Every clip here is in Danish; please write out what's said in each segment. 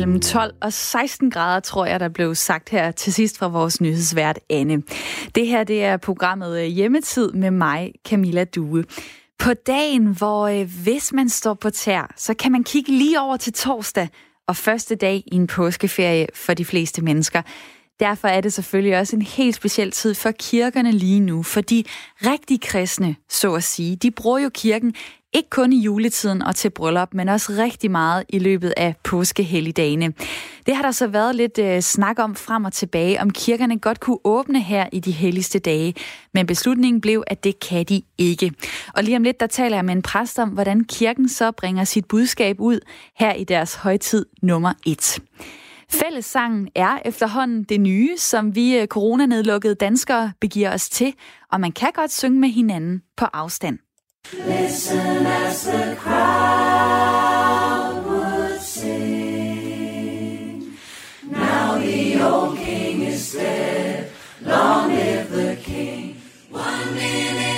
Mellem 12 og 16 grader, tror jeg, der blev sagt her til sidst fra vores nyhedsvært Anne. Det her, det er programmet Hjemmetid med mig, Camilla Due. På dagen, hvor hvis man står på tær, så kan man kigge lige over til torsdag og første dag i en påskeferie for de fleste mennesker. Derfor er det selvfølgelig også en helt speciel tid for kirkerne lige nu, for de rigtig kristne, så at sige, de bruger jo kirken ikke kun i juletiden og til bryllup, men også rigtig meget i løbet af påskehelligdagene. Det har der så været lidt snak om frem og tilbage, om kirkerne godt kunne åbne her i de helligste dage, men beslutningen blev, at det kan de ikke. Og lige om lidt, der taler jeg med en præst om, hvordan kirken så bringer sit budskab ud her i deres højtid nummer 1. Fællessangen er efterhånden det nye, som vi coronanedlukkede danskere begiver os til, og man kan godt synge med hinanden på afstand. Listen as the crowd would sing. Now the old king is dead. Long live the king. 1 minute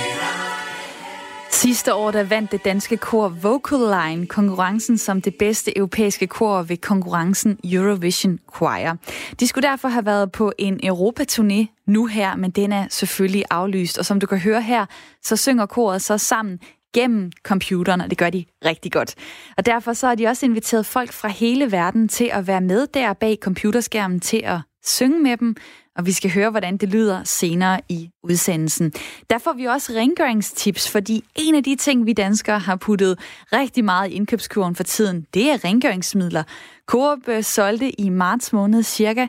Sidste år, der vandt det danske kor Vocal Line konkurrencen som det bedste europæiske kor ved konkurrencen Eurovision Choir. De skulle derfor have været på en Europaturné nu her, men den er selvfølgelig aflyst. Og som du kan høre her, så synger koret så sammen gennem computeren, og det gør de rigtig godt. Og derfor så har de også inviteret folk fra hele verden til at være med der bag computerskærmen til at synge med dem, og vi skal høre, hvordan det lyder senere i udsendelsen. Der får vi også rengøringstips, fordi en af de ting, vi danskere har puttet rigtig meget i indkøbskurven for tiden, det er rengøringsmidler. Coop solgte i marts måned ca.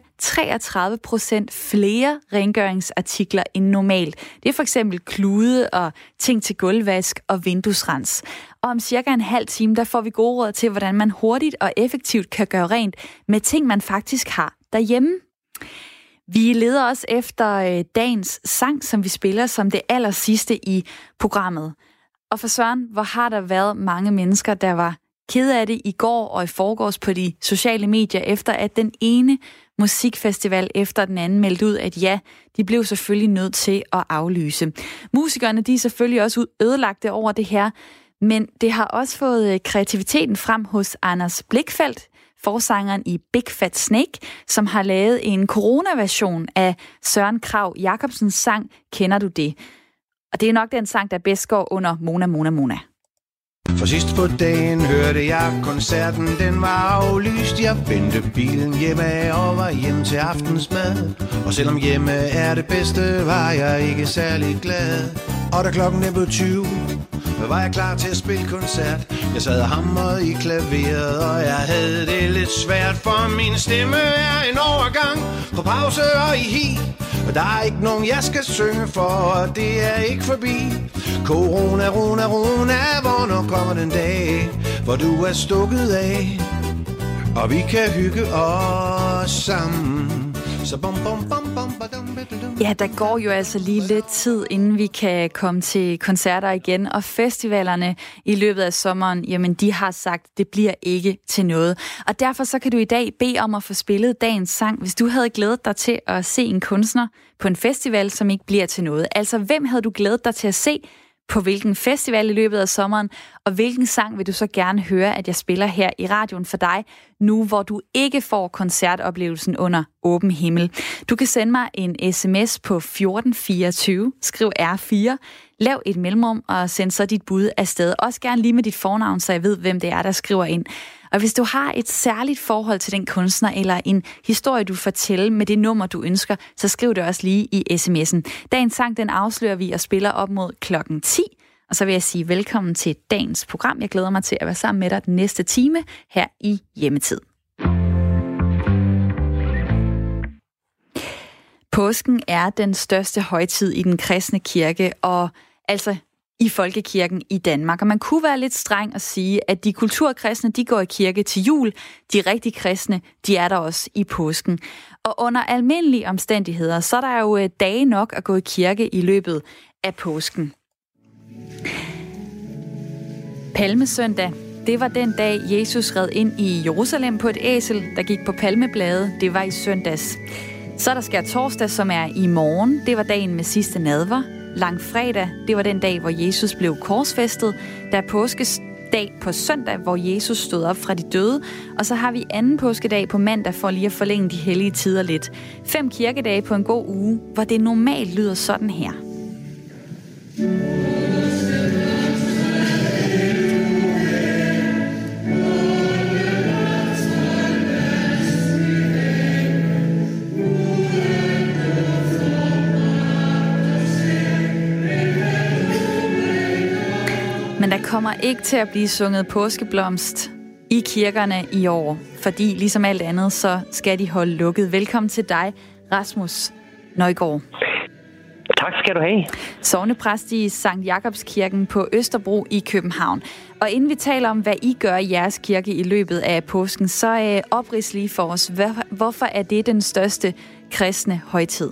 33% flere rengøringsartikler end normalt. Det er for eksempel klude og ting til gulvvask og vinduesrens. Og om cirka en halv time, der får vi gode råd til, hvordan man hurtigt og effektivt kan gøre rent med ting, man faktisk har derhjemme. Vi leder også efter dagens sang, som vi spiller som det allersidste i programmet. Og for Søren, hvor har der været mange mennesker, der var kede af det i går og i forgårs på de sociale medier, efter at den ene musikfestival efter den anden meldte ud, at ja, de blev selvfølgelig nødt til at aflyse. Musikerne, de er selvfølgelig også ødelagte over det her, men det har også fået kreativiteten frem hos Anders Blichfeldt, forsangeren i Big Fat Snake, som har lavet en corona-version af Søren Kragh Jacobsens sang Kender du det? Og det er nok den sang, der bedst går under Mona Mona Mona. For sidst på dagen hørte jeg koncerten, den var aflyst. Jeg vendte bilen hjemme og var hjem til aftensmad. Og selvom hjemme er det bedste, var jeg ikke særlig glad. Og da klokken er på 20, var jeg klar til at spille koncert. Jeg sad og hamrede i klaveret, og jeg havde det lidt svært, for min stemme er en overgang på pause og i hi. Og der er ikke nogen, jeg skal synge for, og det er ikke forbi. Corona, rona, rona, hvornår kommer den dag, hvor du er stukket af, og vi kan hygge os sammen. Så bum, bum, bum, bum, badum. Ja, der går jo altså lige lidt tid, inden vi kan komme til koncerter igen, og festivalerne i løbet af sommeren, jamen de har sagt, det bliver ikke til noget. Og derfor så kan du i dag bede om at få spillet dagens sang, hvis du havde glædet dig til at se en kunstner på en festival, som ikke bliver til noget. Altså, hvem havde du glædet dig til at se på hvilken festival i løbet af sommeren, og hvilken sang vil du så gerne høre, at jeg spiller her i radioen for dig, nu hvor du ikke får koncertoplevelsen under åben himmel. Du kan sende mig en sms på 1424, skriv R4, lav et mellemrum og send så dit bud afsted. Også gerne lige med dit fornavn, så jeg ved, hvem det er, der skriver ind. Og hvis du har et særligt forhold til den kunstner, eller en historie, du fortæller med det nummer, du ønsker, så skriv det også lige i sms'en. Dagens sang, den afslører vi og spiller op mod klokken 10. Og så vil jeg sige velkommen til dagens program. Jeg glæder mig til at være sammen med dig den næste time her i Hjemmetid. Påsken er den største højtid i den kristne kirke, og altså i folkekirken i Danmark. Og man kunne være lidt streng og sige, at de kulturkristne, de går i kirke til jul. De rigtig kristne, de er der også i påsken. Og under almindelige omstændigheder, så er der jo dage nok at gå i kirke i løbet af påsken. Palmesøndag, det var den dag, Jesus red ind i Jerusalem på et æsel, der gik på palmeblade. Det var i søndags. Så er der skærtorsdag, som er i morgen. Det var dagen med sidste nadver. Langfredag, det var den dag, hvor Jesus blev korsfæstet. Der er dag på søndag, hvor Jesus stod op fra de døde. Og så har vi anden påskedag på mandag for lige at forlænge de hellige tider lidt. 5 kirkedage på en god uge, hvor det normalt lyder sådan her. Men der kommer ikke til at blive sunget påskeblomst i kirkerne i år, fordi ligesom alt andet, så skal de holde lukket. Velkommen til dig, Rasmus Nøjgaard. Tak skal du have. Sognepræst i Sankt Jakobskirken på Østerbro i København. Og inden vi taler om, hvad I gør i jeres kirke i løbet af påsken, så oprids lige for os. Hvorfor er det den største kristne højtid?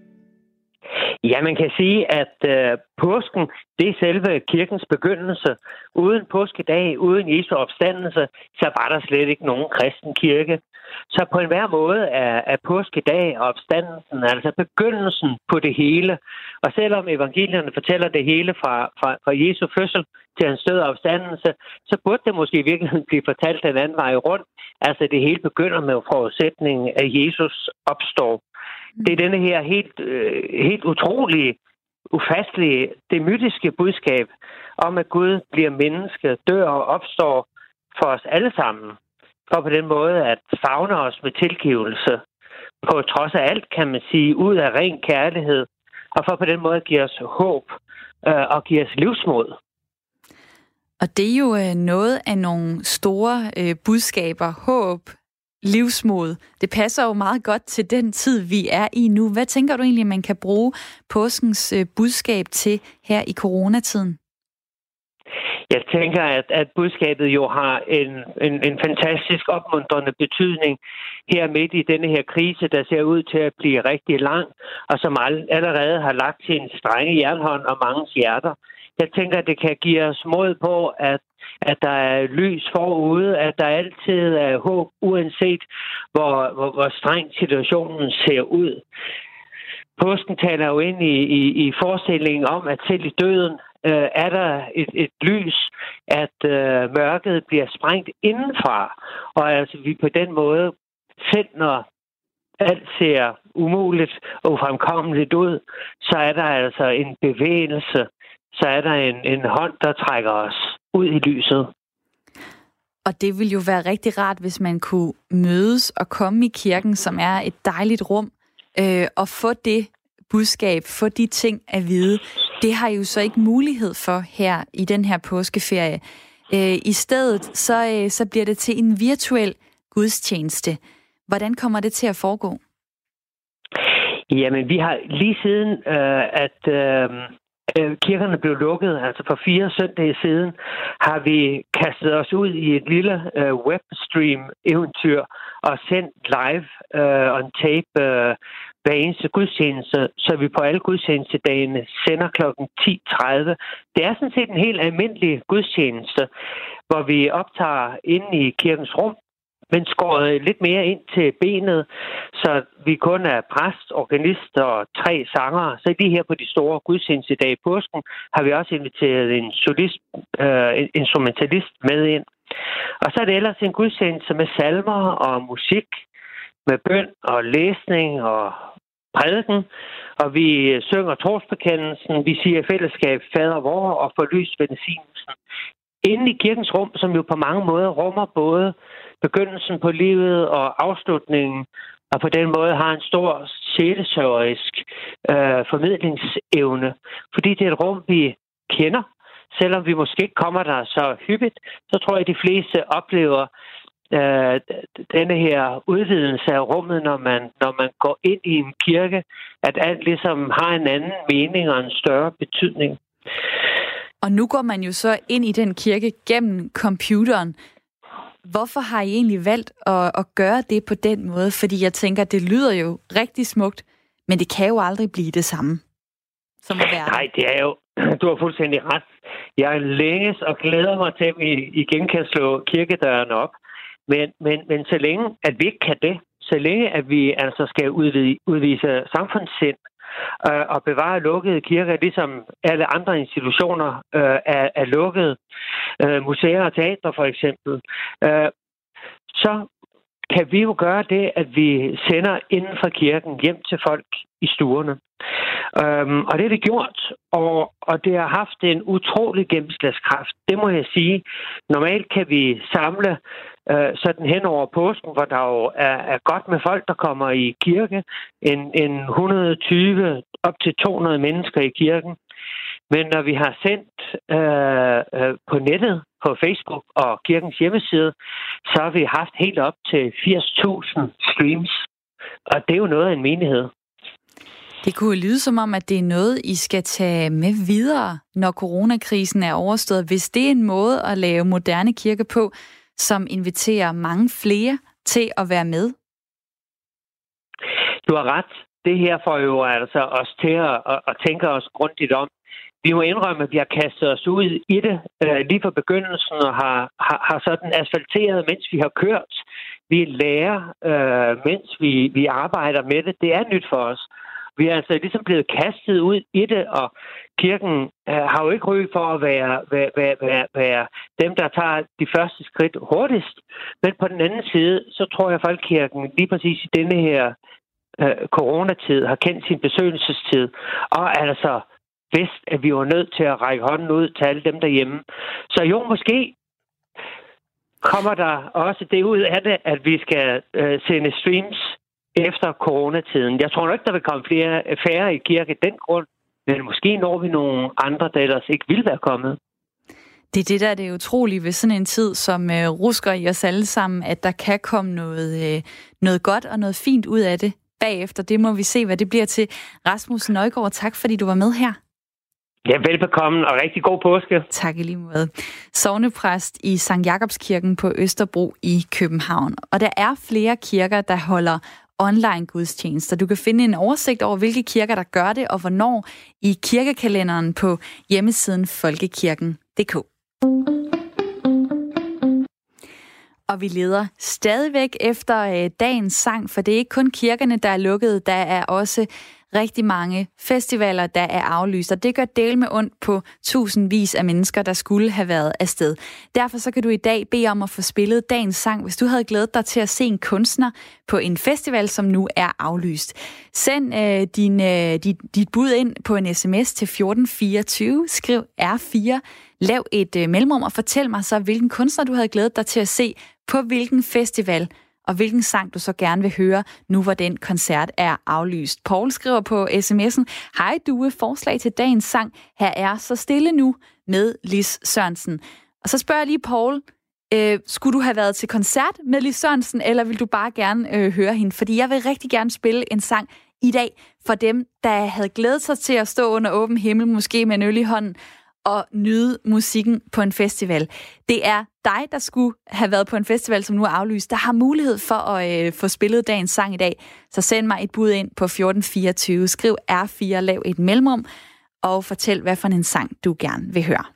Ja, man kan sige, at påsken, det er selve kirkens begyndelse. Uden påskedag, uden Jesu opstandelse, så var der slet ikke nogen kristen kirke. Så på enhver måde er påskedag og opstandelsen altså begyndelsen på det hele. Og selvom evangelierne fortæller det hele fra Jesu fødsel til hans død og opstandelse, så burde det måske i virkeligheden blive fortalt den anden vej rundt. Altså det hele begynder med forudsætningen, at Jesus opstår. Det er denne her helt utrolige, ufastelige, det mytiske budskab om, at Gud bliver menneske, dør og opstår for os alle sammen. For på den måde at favne os med tilgivelse. På trods af alt, kan man sige, ud af ren kærlighed. Og for på den måde at give os håb og give os livsmod. Og det er jo noget af nogle store budskaber, håb, livsmod. Det passer jo meget godt til den tid, vi er i nu. Hvad tænker du egentlig, man kan bruge påskens budskab til her i coronatiden? Jeg tænker, at budskabet jo har en fantastisk opmuntrende betydning her midt i denne her krise, der ser ud til at blive rigtig lang, og som allerede har lagt sin strenge jernhånd og manges hjerter. Jeg tænker, at det kan give os mod på, at der er lys forude, at der altid er håb, uanset hvor streng situationen ser ud. Påsken taler jo ind i forestillingen om, at selv i døden er der et lys, at mørket bliver sprængt indenfra. Og altså vi på den måde, selv når alt ser umuligt og ufremkommeligt ud, så er der altså en bevægelse, så er der en hånd, der trækker os ud i lyset. Og det ville jo være rigtig rart, hvis man kunne mødes og komme i kirken, som er et dejligt rum, og få det budskab, få de ting at vide. Det har I jo så ikke mulighed for her i den her påskeferie. I stedet så bliver det til en virtuel gudstjeneste. Hvordan kommer det til at foregå? Jamen, vi har lige siden, at kirkerne blev lukket, altså for 4 søndage siden, har vi kastet os ud i et lille webstream-eventyr og sendt live on tape hver eneste gudstjeneste, så vi på alle gudstjenestedagene sender kl. 10:30. Det er sådan set en helt almindelig gudstjeneste, hvor vi optager inde i kirkens rum, men skåret lidt mere ind til benet, så vi kun er præst, organist og 3 sangere. Så lige her på de store gudstjenestedage i påsken har vi også inviteret en solist, instrumentalist med ind. Og så er det ellers en gudstjeneste med salmer og musik, med bøn og læsning og prædiken, og vi synger trosbekendelsen, vi siger i fællesskab fader vor og forlys velsignelsen. Inde i kirkens rum, som jo på mange måder rummer både begyndelsen på livet og afslutningen, og på den måde har en stor sjælesørgerisk formidlingsevne. Fordi det er et rum, vi kender. Selvom vi måske ikke kommer der så hyppigt, så tror jeg, at de fleste oplever denne her udvidelse af rummet, når man går ind i en kirke, at alt ligesom har en anden mening og en større betydning. Og nu går man jo så ind i den kirke gennem computeren. Hvorfor har I egentlig valgt at gøre det på den måde? Fordi jeg tænker, det lyder jo rigtig smukt, men det kan jo aldrig blive det samme som at være. Nej, det er jo, du har fuldstændig ret. Jeg længes og glæder mig til, at vi igen kan slå kirkedørene op. Men så længe, at vi ikke kan det, så længe, at vi altså skal udvise samfundssind og bevare lukkede kirker, ligesom alle andre institutioner er lukkede, museer og teater for eksempel, så kan vi jo gøre det, at vi sender inden for kirken hjem til folk i stuerne. Og det har vi gjort, og det har haft en utrolig gennemslagskraft. Det må jeg sige. Normalt kan vi samle sådan hen over påsken, hvor der jo er godt med folk, der kommer i kirke. En 120 op til 200 mennesker i kirken. Men når vi har sendt på nettet, på Facebook og kirkens hjemmeside, så har vi haft helt op til 80.000 streams. Og det er jo noget af en menighed. Det kunne lyde som om, at det er noget, I skal tage med videre, når coronakrisen er overstået. Hvis det er en måde at lave moderne kirke på, som inviterer mange flere til at være med. Du har ret. Det her får jo altså os til at tænke os grundigt om. Vi må indrømme, at vi har kastet os ud i det lige fra begyndelsen og har sådan asfalteret, mens vi har kørt. Vi lærer, mens vi arbejder med det. Det er nyt for os. Vi er altså ligesom blevet kastet ud i det, og kirken har jo ikke ry for at være dem, der tager de første skridt hurtigst. Men på den anden side, så tror jeg, at folkekirken lige præcis i denne her coronatid har kendt sin besøgelsestid, og altså vidst, at vi var nødt til at række hånden ud til alle dem derhjemme. Så jo, måske kommer der også det ud af det, at vi skal sende streams efter coronatiden. Jeg tror nok, der vil komme færre i kirke af den grund, men måske når vi nogle andre, der ellers ikke ville være kommet. Det er det, der er det utrolige ved sådan en tid, som rusker i os alle sammen, at der kan komme noget godt og noget fint ud af det bagefter. Det må vi se, hvad det bliver til. Rasmus Nøjgaard, tak fordi du var med her. Ja, velbekomme og rigtig god påske. Tak i lige måde. Sognepræst i Sankt Jakobskirken på Østerbro i København. Og der er flere kirker, der holder online gudstjenester. Du kan finde en oversigt over, hvilke kirker, der gør det, og hvornår i kirkekalenderen på hjemmesiden folkekirken.dk. Og vi leder stadigvæk efter dagens sang, for det er ikke kun kirkerne, der er lukket. Der er også rigtig mange festivaler, der er aflyst, og det gør del med ondt på tusindvis af mennesker, der skulle have været afsted. Derfor så kan du i dag bede om at få spillet dagens sang, hvis du havde glædet dig til at se en kunstner på en festival, som nu er aflyst. Send dit bud ind på en sms til 1424, skriv R4, lav et mellemrum og fortæl mig så, hvilken kunstner du havde glædet dig til at se på hvilken festival, og hvilken sang du så gerne vil høre, nu hvor den koncert er aflyst. Paul skriver på sms'en, hej Due, forslag til dagens sang, her er Så stille nu med Lis Sørensen. Og så spørger jeg lige Paul, skulle du have været til koncert med Lis Sørensen, eller vil du bare gerne høre hende? Fordi jeg vil rigtig gerne spille en sang i dag for dem, der havde glædet sig til at stå under åben himmel, måske med en øl i hånden, og nyde musikken på en festival. Det er dig, der skulle have været på en festival, som nu er aflyst, der har mulighed for at få spillet dagens sang i dag. Så send mig et bud ind på 1424. Skriv R4, lav et mellemrum, og fortæl, hvad for en sang du gerne vil høre.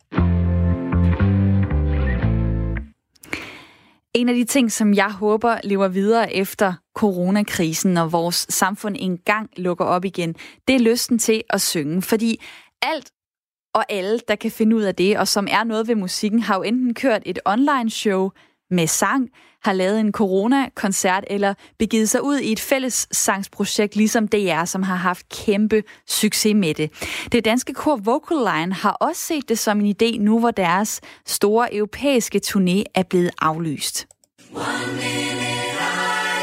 En af de ting, som jeg håber lever videre efter coronakrisen, når vores samfund engang lukker op igen, det er lysten til at synge. Fordi alt og alle, der kan finde ud af det, og som er noget ved musikken, har jo enten kørt et online show med sang, har lavet en corona-koncert, eller begivet sig ud i et fælles sangsprojekt, ligesom DR, som har haft kæmpe succes med det. Det danske kor Vocal Line har også set det som en idé nu, hvor deres store europæiske turné er blevet aflyst. One minute I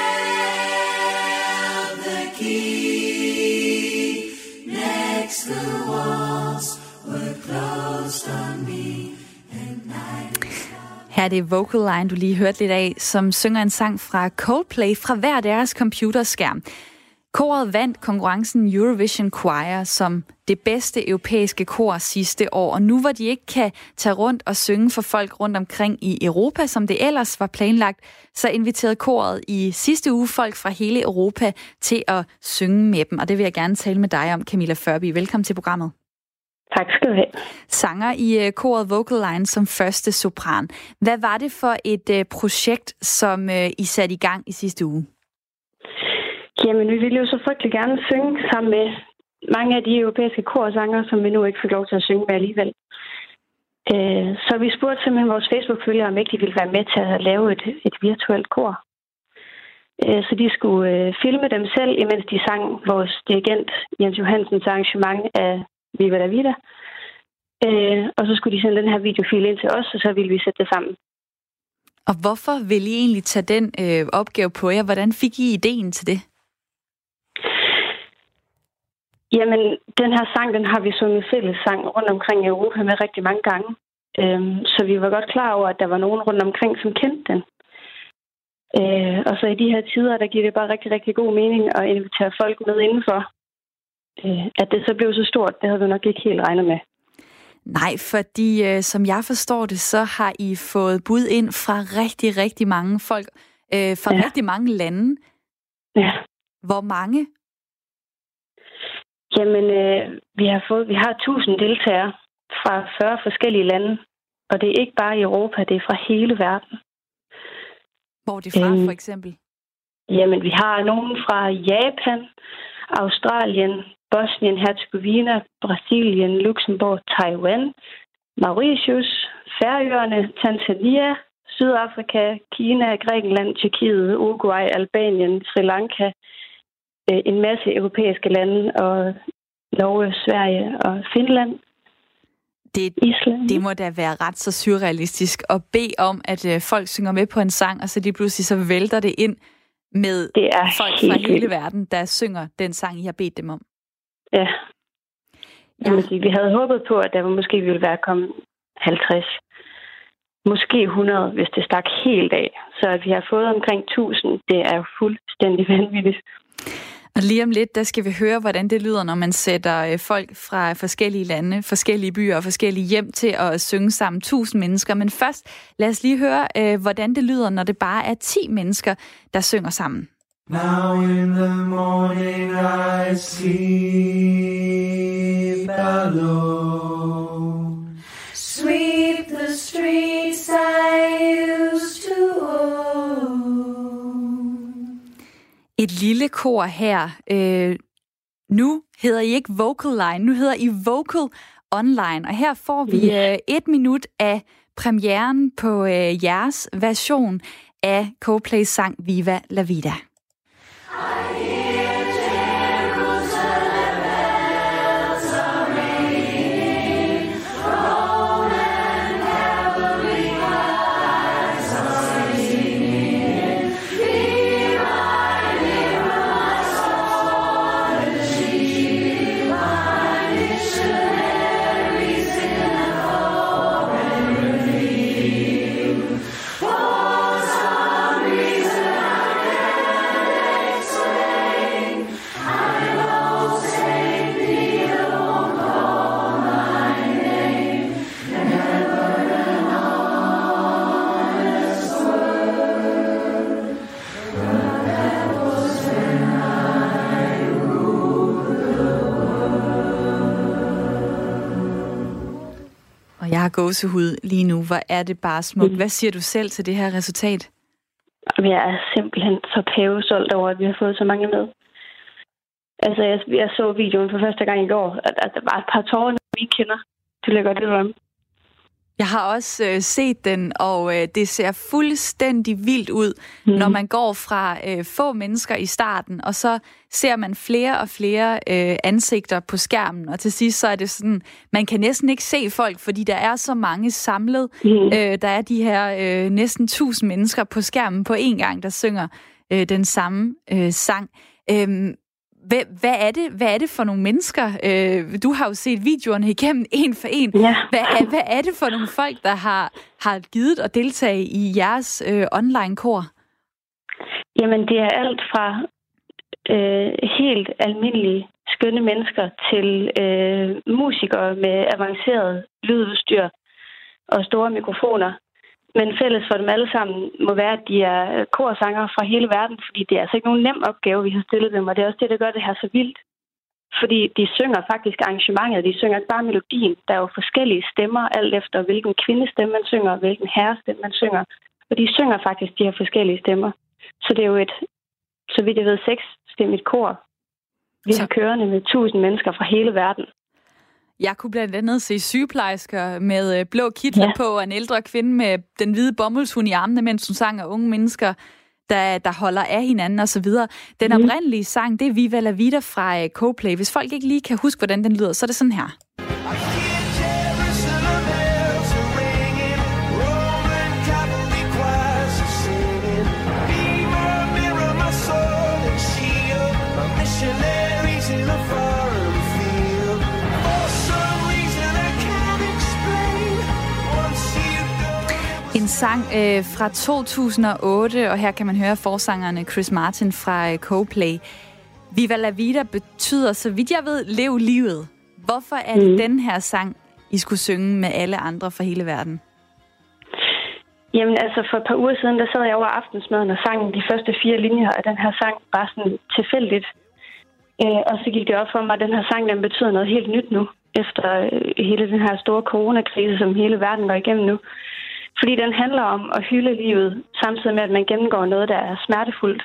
held the key, next the walls were closed on me, and night is dark. Her er det Vocal Line, du lige hørte lidt af, som synger en sang fra Coldplay fra hver deres computerskærm. Koret vandt konkurrencen Eurovision Choir som det bedste europæiske kor sidste år, og nu hvor de ikke kan tage rundt og synge for folk rundt omkring i Europa, som det ellers var planlagt, så inviterede koret i sidste uge folk fra hele Europa til at synge med dem, og det vil jeg gerne tale med dig om, Camilla Førby. Velkommen til programmet. Tak skal du have. Sanger i koret Vocal Line som første sopran. Hvad var det for et projekt, som I satte i gang i sidste uge? Jamen, vi ville jo så frygtelig gerne synge sammen med mange af de europæiske korsanger, som vi nu ikke fik lov til at synge med alligevel. Så vi spurgte simpelthen vores Facebook-følgere, om ikke de ville være med til at lave et virtuelt kor. Så de skulle filme dem selv, imens de sang vores dirigent Jens Johansens arrangement af Viva la Vida. Og så skulle de sende den her videofil ind til os, og så ville vi sætte det sammen. Og hvorfor vil I egentlig tage den opgave på jer? Hvordan fik I ideen til det? Jamen, den her sang, den har vi sunget fællessang rundt omkring i Europa med rigtig mange gange. Så vi var godt klar over, at der var nogen rundt omkring, som kendte den. Og så i de her tider, der giver det bare rigtig, rigtig god mening at invitere folk med indenfor. At det så blev så stort, det havde vi nok ikke helt regnet med. Nej, fordi som jeg forstår det, så har I fået bud ind fra rigtig, rigtig mange folk, fra rigtig mange lande. Ja. Hvor mange? Jamen, vi har 1000 deltagere fra 40 forskellige lande, og det er ikke bare i Europa, det er fra hele verden. Hvor er det fra, for eksempel? Jamen, vi har nogen fra Japan, Australien, Bosnien, Herzegovina, Brasilien, Luxembourg, Taiwan, Mauritius, Færøerne, Tanzania, Sydafrika, Kina, Grækenland, Tjekkiet, Uruguay, Albanien, Sri Lanka, en masse europæiske lande, og Norge, Sverige og Finland. Island. Det må da være ret så surrealistisk at bede om, at folk synger med på en sang, og så de pludselig så vælter det ind med folk fra hele verden, der synger den sang, I har bedt dem om. Ja. Vi havde håbet på, at der måske ville være kommet 50. Måske 100, hvis det stak helt af. Så at vi har fået omkring 1000, det er jo fuldstændig vanvittigt. Og lige om lidt, der skal vi høre, hvordan det lyder, når man sætter folk fra forskellige lande, forskellige byer og forskellige hjem til at synge sammen 1000 mennesker. Men først, lad os lige høre, hvordan det lyder, når det bare er 10 mennesker, der synger sammen. Now in the morning I sleep alone. Sweep the streets I used to own. Et lille kor her. Nu hedder I ikke Vocal Line, nu hedder I Vocal Online. Og her får vi 1 minut af premieren på jeres version af Coldplays sang Viva la Vida. Jeg har gåsehud lige nu. Hvor er det bare smukt. Hvad siger du selv til det her resultat? Jeg er simpelthen så pævestolt over, at vi har fået så mange med. Altså, jeg så videoen for første gang i går, at der var et par tårer, vi kender. Det vil jeg godt indrømme. Jeg har også set den, og det ser fuldstændig vildt ud, når man går fra få mennesker i starten, og så ser man flere og flere ansigter på skærmen, og til sidst så er det sådan, man kan næsten ikke se folk, fordi der er så mange samlet. Der er de her næsten 1000 mennesker på skærmen på én gang, der synger den samme sang. Hvad er det for nogle mennesker? Du har jo set videoerne igennem en for en. Ja. Hvad er det for nogle folk, der har givet at deltage i jeres online-kor? Jamen, det er alt fra helt almindelige, skønne mennesker til musikere med avanceret lydudstyr og store mikrofoner. Men fælles for dem alle sammen må være, at de er korsangere fra hele verden, fordi det er altså ikke nogen nem opgave, vi har stillet dem, og det er også det, der gør det her så vildt. Fordi de synger faktisk arrangementet, de synger ikke bare melodien. Der er jo forskellige stemmer, alt efter hvilken kvindestemme man synger, og hvilken herrestemme man synger. Og de synger faktisk de her forskellige stemmer. Så det er jo et, så vidt jeg ved, 6-stemmigt kor. Vi har kørende med 1000 mennesker fra hele verden. Jeg kunne blandt andet se sygeplejersker med blå kitler på, og en ældre kvinde med den hvide bomuldshund i armene, mens hun sang, og unge mennesker, der holder af hinanden osv. Den oprindelige sang, det er Viva la Vida fra Coldplay. Hvis folk ikke lige kan huske, hvordan den lyder, så er det sådan her. En sang fra 2008, og her kan man høre forsangerne Chris Martin fra Coldplay. Viva la Vida betyder, så vidt jeg ved, lev livet. Hvorfor er det den her sang, I skulle synge med alle andre fra hele verden? Jamen altså, for et par uger siden, der sad jeg over aftensmaden og sang de første 4 linjer af den her sang, bare sådan tilfældigt. Og så gik det op for mig, at den her sang, den betyder noget helt nyt nu, efter hele den her store coronakrise, som hele verden går igennem nu. Fordi den handler om at hylde livet, samtidig med, at man gennemgår noget, der er smertefuldt.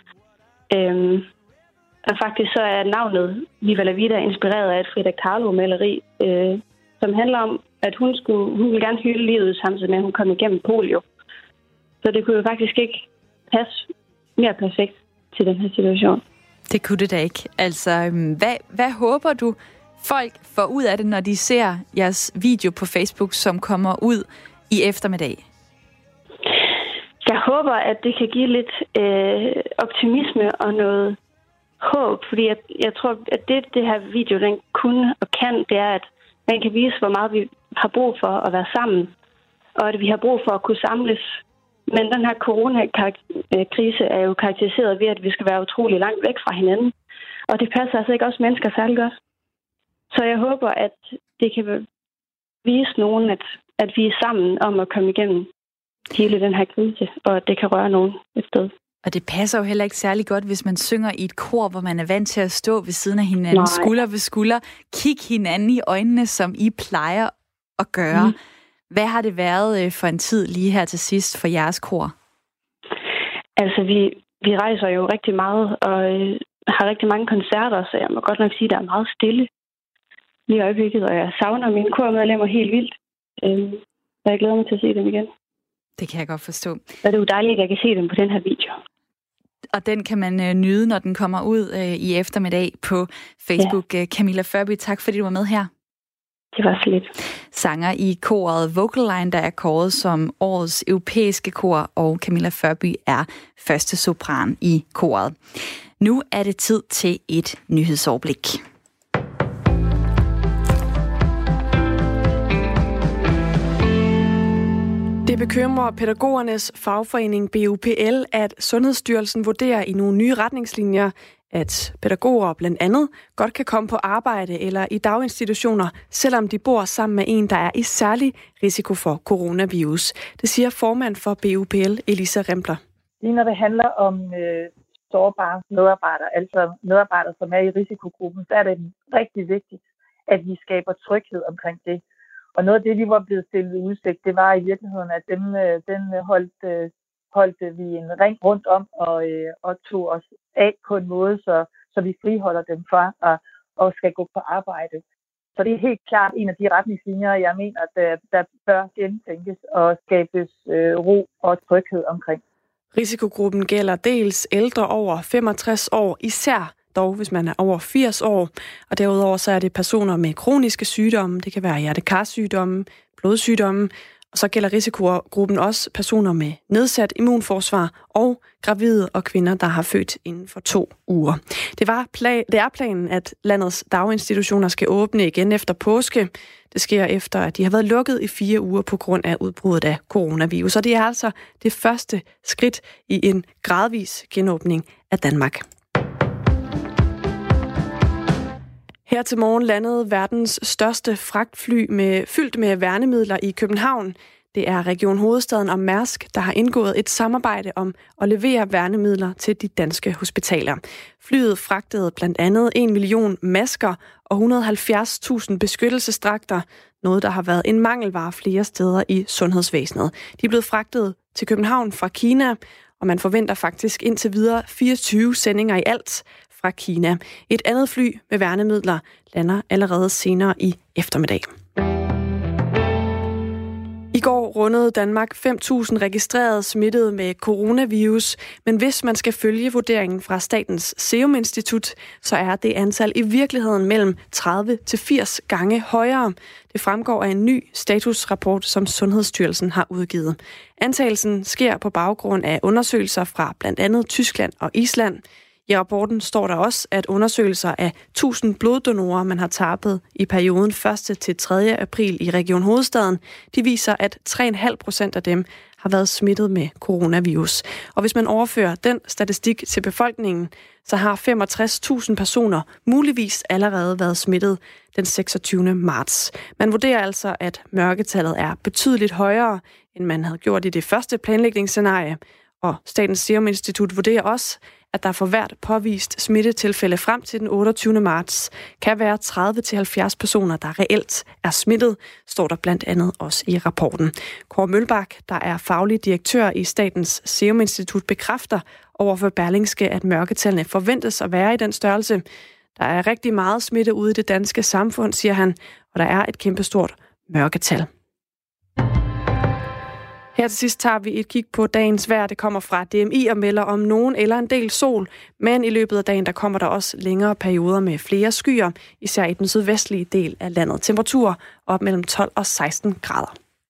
Og faktisk så er navnet Viva la Vida inspireret af et Frida Kahlo-maleri, som handler om, at hun ville gerne hylde livet, samtidig med, at hun kom igennem polio. Så det kunne jo faktisk ikke passe mere perfekt til den her situation. Det kunne det da ikke. Altså, hvad håber du, folk får ud af det, når de ser jeres video på Facebook, som kommer ud i eftermiddag? Jeg håber, at det kan give lidt optimisme og noget håb, fordi jeg tror, at det her video, den kunne og kan, det er, at den kan vise, hvor meget vi har brug for at være sammen, og at vi har brug for at kunne samles. Men den her coronakrise er jo karakteriseret ved, at vi skal være utrolig langt væk fra hinanden, og det passer altså ikke også mennesker særlig godt. Så jeg håber, at det kan vise nogen, at vi er sammen om at komme igennem hele den her krise, og at det kan røre nogen et sted. Og det passer jo heller ikke særlig godt, hvis man synger i et kor, hvor man er vant til at stå ved siden af hinanden, skulder ved skulder, kigge hinanden i øjnene, som I plejer at gøre. Hvad har det været for en tid lige her til sidst for jeres kor? Altså, vi rejser jo rigtig meget, og har rigtig mange koncerter, så jeg må godt nok sige, at der er meget stille lige i øjeblikket, og jeg savner mine kormedlemmer helt vildt. Så jeg glæder mig til at se dem igen. Det kan jeg godt forstå. Så det er jo dejligt, at jeg kan se dem på den her video. Og den kan man nyde, når den kommer ud i eftermiddag på Facebook. Ja. Camilla Førby, tak fordi du var med her. Det var så lidt. Sanger i koret Vocaline, der er kåret som årets europæiske kor, og Camilla Førby er første sopran i koret. Nu er det tid til et nyhedsoverblik. Det bekymrer pædagogernes fagforening BUPL, at Sundhedsstyrelsen vurderer i nogle nye retningslinjer, at pædagoger blandt andet godt kan komme på arbejde eller i daginstitutioner, selvom de bor sammen med en, der er i særlig risiko for coronavirus. Det siger formand for BUPL, Elisa Rempler. Lige når det handler om sårbare medarbejdere, altså medarbejdere, som er i risikogruppen, så er det rigtig vigtigt, at vi skaber tryghed omkring det. Og noget af det, vi var blevet stillet i udsigt, det var i virkeligheden, at den holdt vi en ring rundt om og tog os af på en måde, så vi friholder dem fra at skal gå på arbejde. Så det er helt klart en af de retningslinjer, jeg mener, at der bør gentænkes og skabes ro og tryghed omkring. Risikogruppen gælder dels ældre over 65 år, især dog hvis man er over 80 år. Og derudover så er det personer med kroniske sygdomme, det kan være hjertekarsygdomme, blodsygdomme, og så gælder risikogruppen også personer med nedsat immunforsvar og gravide og kvinder, der har født inden for 2 uger. Det er planen, at landets daginstitutioner skal åbne igen efter påske. Det sker efter, at de har været lukket i 4 uger på grund af udbruddet af coronavirus. Og det er altså det første skridt i en gradvis genåbning af Danmark. Her til morgen landede verdens største fragtfly fyldt med værnemidler i København. Det er Region Hovedstaden og Mærsk, der har indgået et samarbejde om at levere værnemidler til de danske hospitaler. Flyet fragtede blandt andet 1 million masker og 170.000 beskyttelsesdragter, noget der har været en mangelvare flere steder i sundhedsvæsenet. De er blevet fragtet til København fra Kina, og man forventer faktisk indtil videre 24 sendinger i alt fra Kina. Et andet fly med værnemidler lander allerede senere i eftermiddag. I går rundede Danmark 5.000 registrerede smittede med coronavirus, men hvis man skal følge vurderingen fra Statens Serum Institut, så er det antal i virkeligheden mellem 30 til 80 gange højere. Det fremgår af en ny statusrapport, som Sundhedsstyrelsen har udgivet. Antagelsen sker på baggrund af undersøgelser fra blandt andet Tyskland og Island. I rapporten står der også, at undersøgelser af 1000 bloddonorer, man har tappet i perioden 1. til 3. april i Region Hovedstaden, de viser, at 3,5% af dem har været smittet med coronavirus. Og hvis man overfører den statistik til befolkningen, så har 65.000 personer muligvis allerede været smittet den 26. marts. Man vurderer altså, at mørketallet er betydeligt højere, end man havde gjort i det første planlægningsscenarie. Og Statens Serum Institut vurderer også, at der for hvert påvist smittetilfælde frem til den 28. marts kan være 30-70 personer, der reelt er smittet, står der blandt andet også i rapporten. Kåre Mølbak, der er faglig direktør i Statens Serum Institut, bekræfter overfor Berlingske, at mørketallene forventes at være i den størrelse. Der er rigtig meget smitte ude i det danske samfund, siger han, og der er et kæmpestort mørketal. Her til sidst tager vi et kig på dagens vejr. Det kommer fra DMI og melder om nogen eller en del sol, men i løbet af dagen der kommer der også længere perioder med flere skyer, især i den sydvestlige del af landet. Temperaturer op mellem 12 og 16 grader.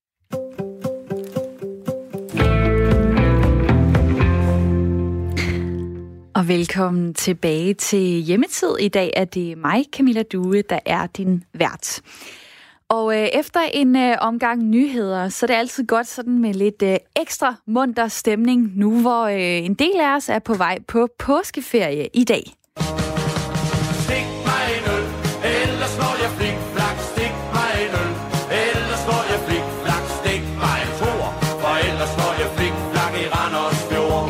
Og velkommen tilbage til Hjemmetid. I dag er det mig, Camilla Due, der er din vært. Og efter en omgang nyheder, så er det altid godt sådan med lidt ekstra munter stemning nu, hvor en del af os er på vej på påskeferie i dag. Stik mig en øl, ellers slår jeg flik-flak. Stik mig en øl, ellers slår jeg flik-flak. Stik mig en toer, for ellers slår jeg flik-flak i Randers Fjord.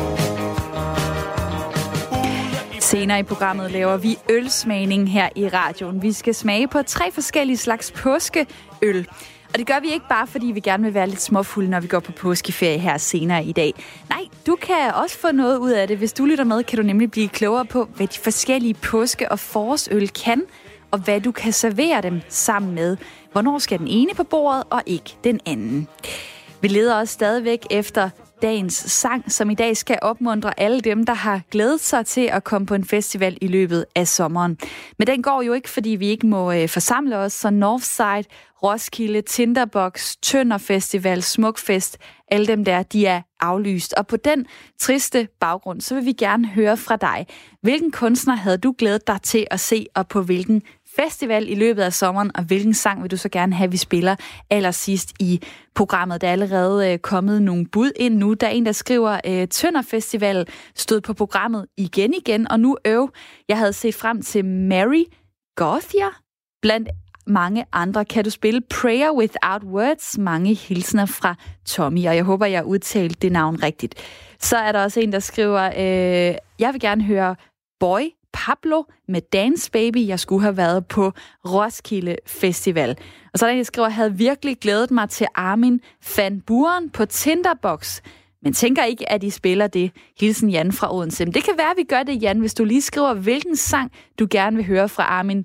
Senere i programmet laver vi ølsmagning her i radioen. Vi skal smage på 3 forskellige slags påskeøl. Og det gør vi ikke bare, fordi vi gerne vil være lidt småfulde, når vi går på påskeferie her senere i dag. Nej, du kan også få noget ud af det. Hvis du lytter med, kan du nemlig blive klogere på, hvad de forskellige påske- og forårsøl kan, og hvad du kan servere dem sammen med. Hvornår skal den ene på bordet, og ikke den anden. Vi leder også stadigvæk efter dagens sang, som i dag skal opmuntre alle dem, der har glædet sig til at komme på en festival i løbet af sommeren. Men den går jo ikke, fordi vi ikke må forsamle os, så Northside, Roskilde, Tinderbox, Tønder Festival, Smukfest, alle dem der, de er aflyst. Og på den triste baggrund, så vil vi gerne høre fra dig. Hvilken kunstner havde du glædet dig til at se, og på hvilken festival i løbet af sommeren, og hvilken sang vil du så gerne have, vi spiller allersidst i programmet? Der er allerede kommet nogle bud ind nu. Der er en, der skriver, Tønder Festival stod på programmet igen, og nu jeg havde set frem til Mary Gauthier, blandt mange andre. Kan du spille Prayer Without Words? Mange hilsner fra Tommy, og jeg håber, jeg har udtalt det navn rigtigt. Så er der også en, der skriver, jeg vil gerne høre Boy Pablo med Dance Baby. Jeg skulle have været på Roskilde Festival. Og så er der en, der skriver, havde virkelig glædet mig til Armin van Buuren på Tinderbox. Men tænker ikke, at I spiller det. Hilsen Jan fra Odense. Men det kan være, at vi gør det, Jan, hvis du lige skriver, hvilken sang du gerne vil høre fra Armin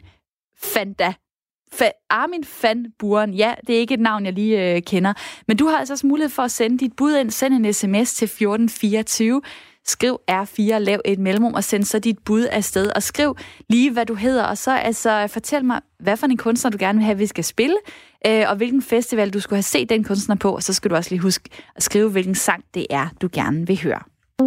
van Buuren. Ja, det er ikke et navn, jeg lige kender. Men du har altså også mulighed for at sende dit bud ind. Send en sms til 1424. Skriv R4, lav et mellemrum og send så dit bud afsted. Og skriv lige, hvad du hedder. Og så fortæl mig, hvad for en kunstner du gerne vil have, vi skal spille. Og hvilken festival du skulle have set den kunstner på. Og så skal du også lige huske at skrive, hvilken sang det er, du gerne vil høre.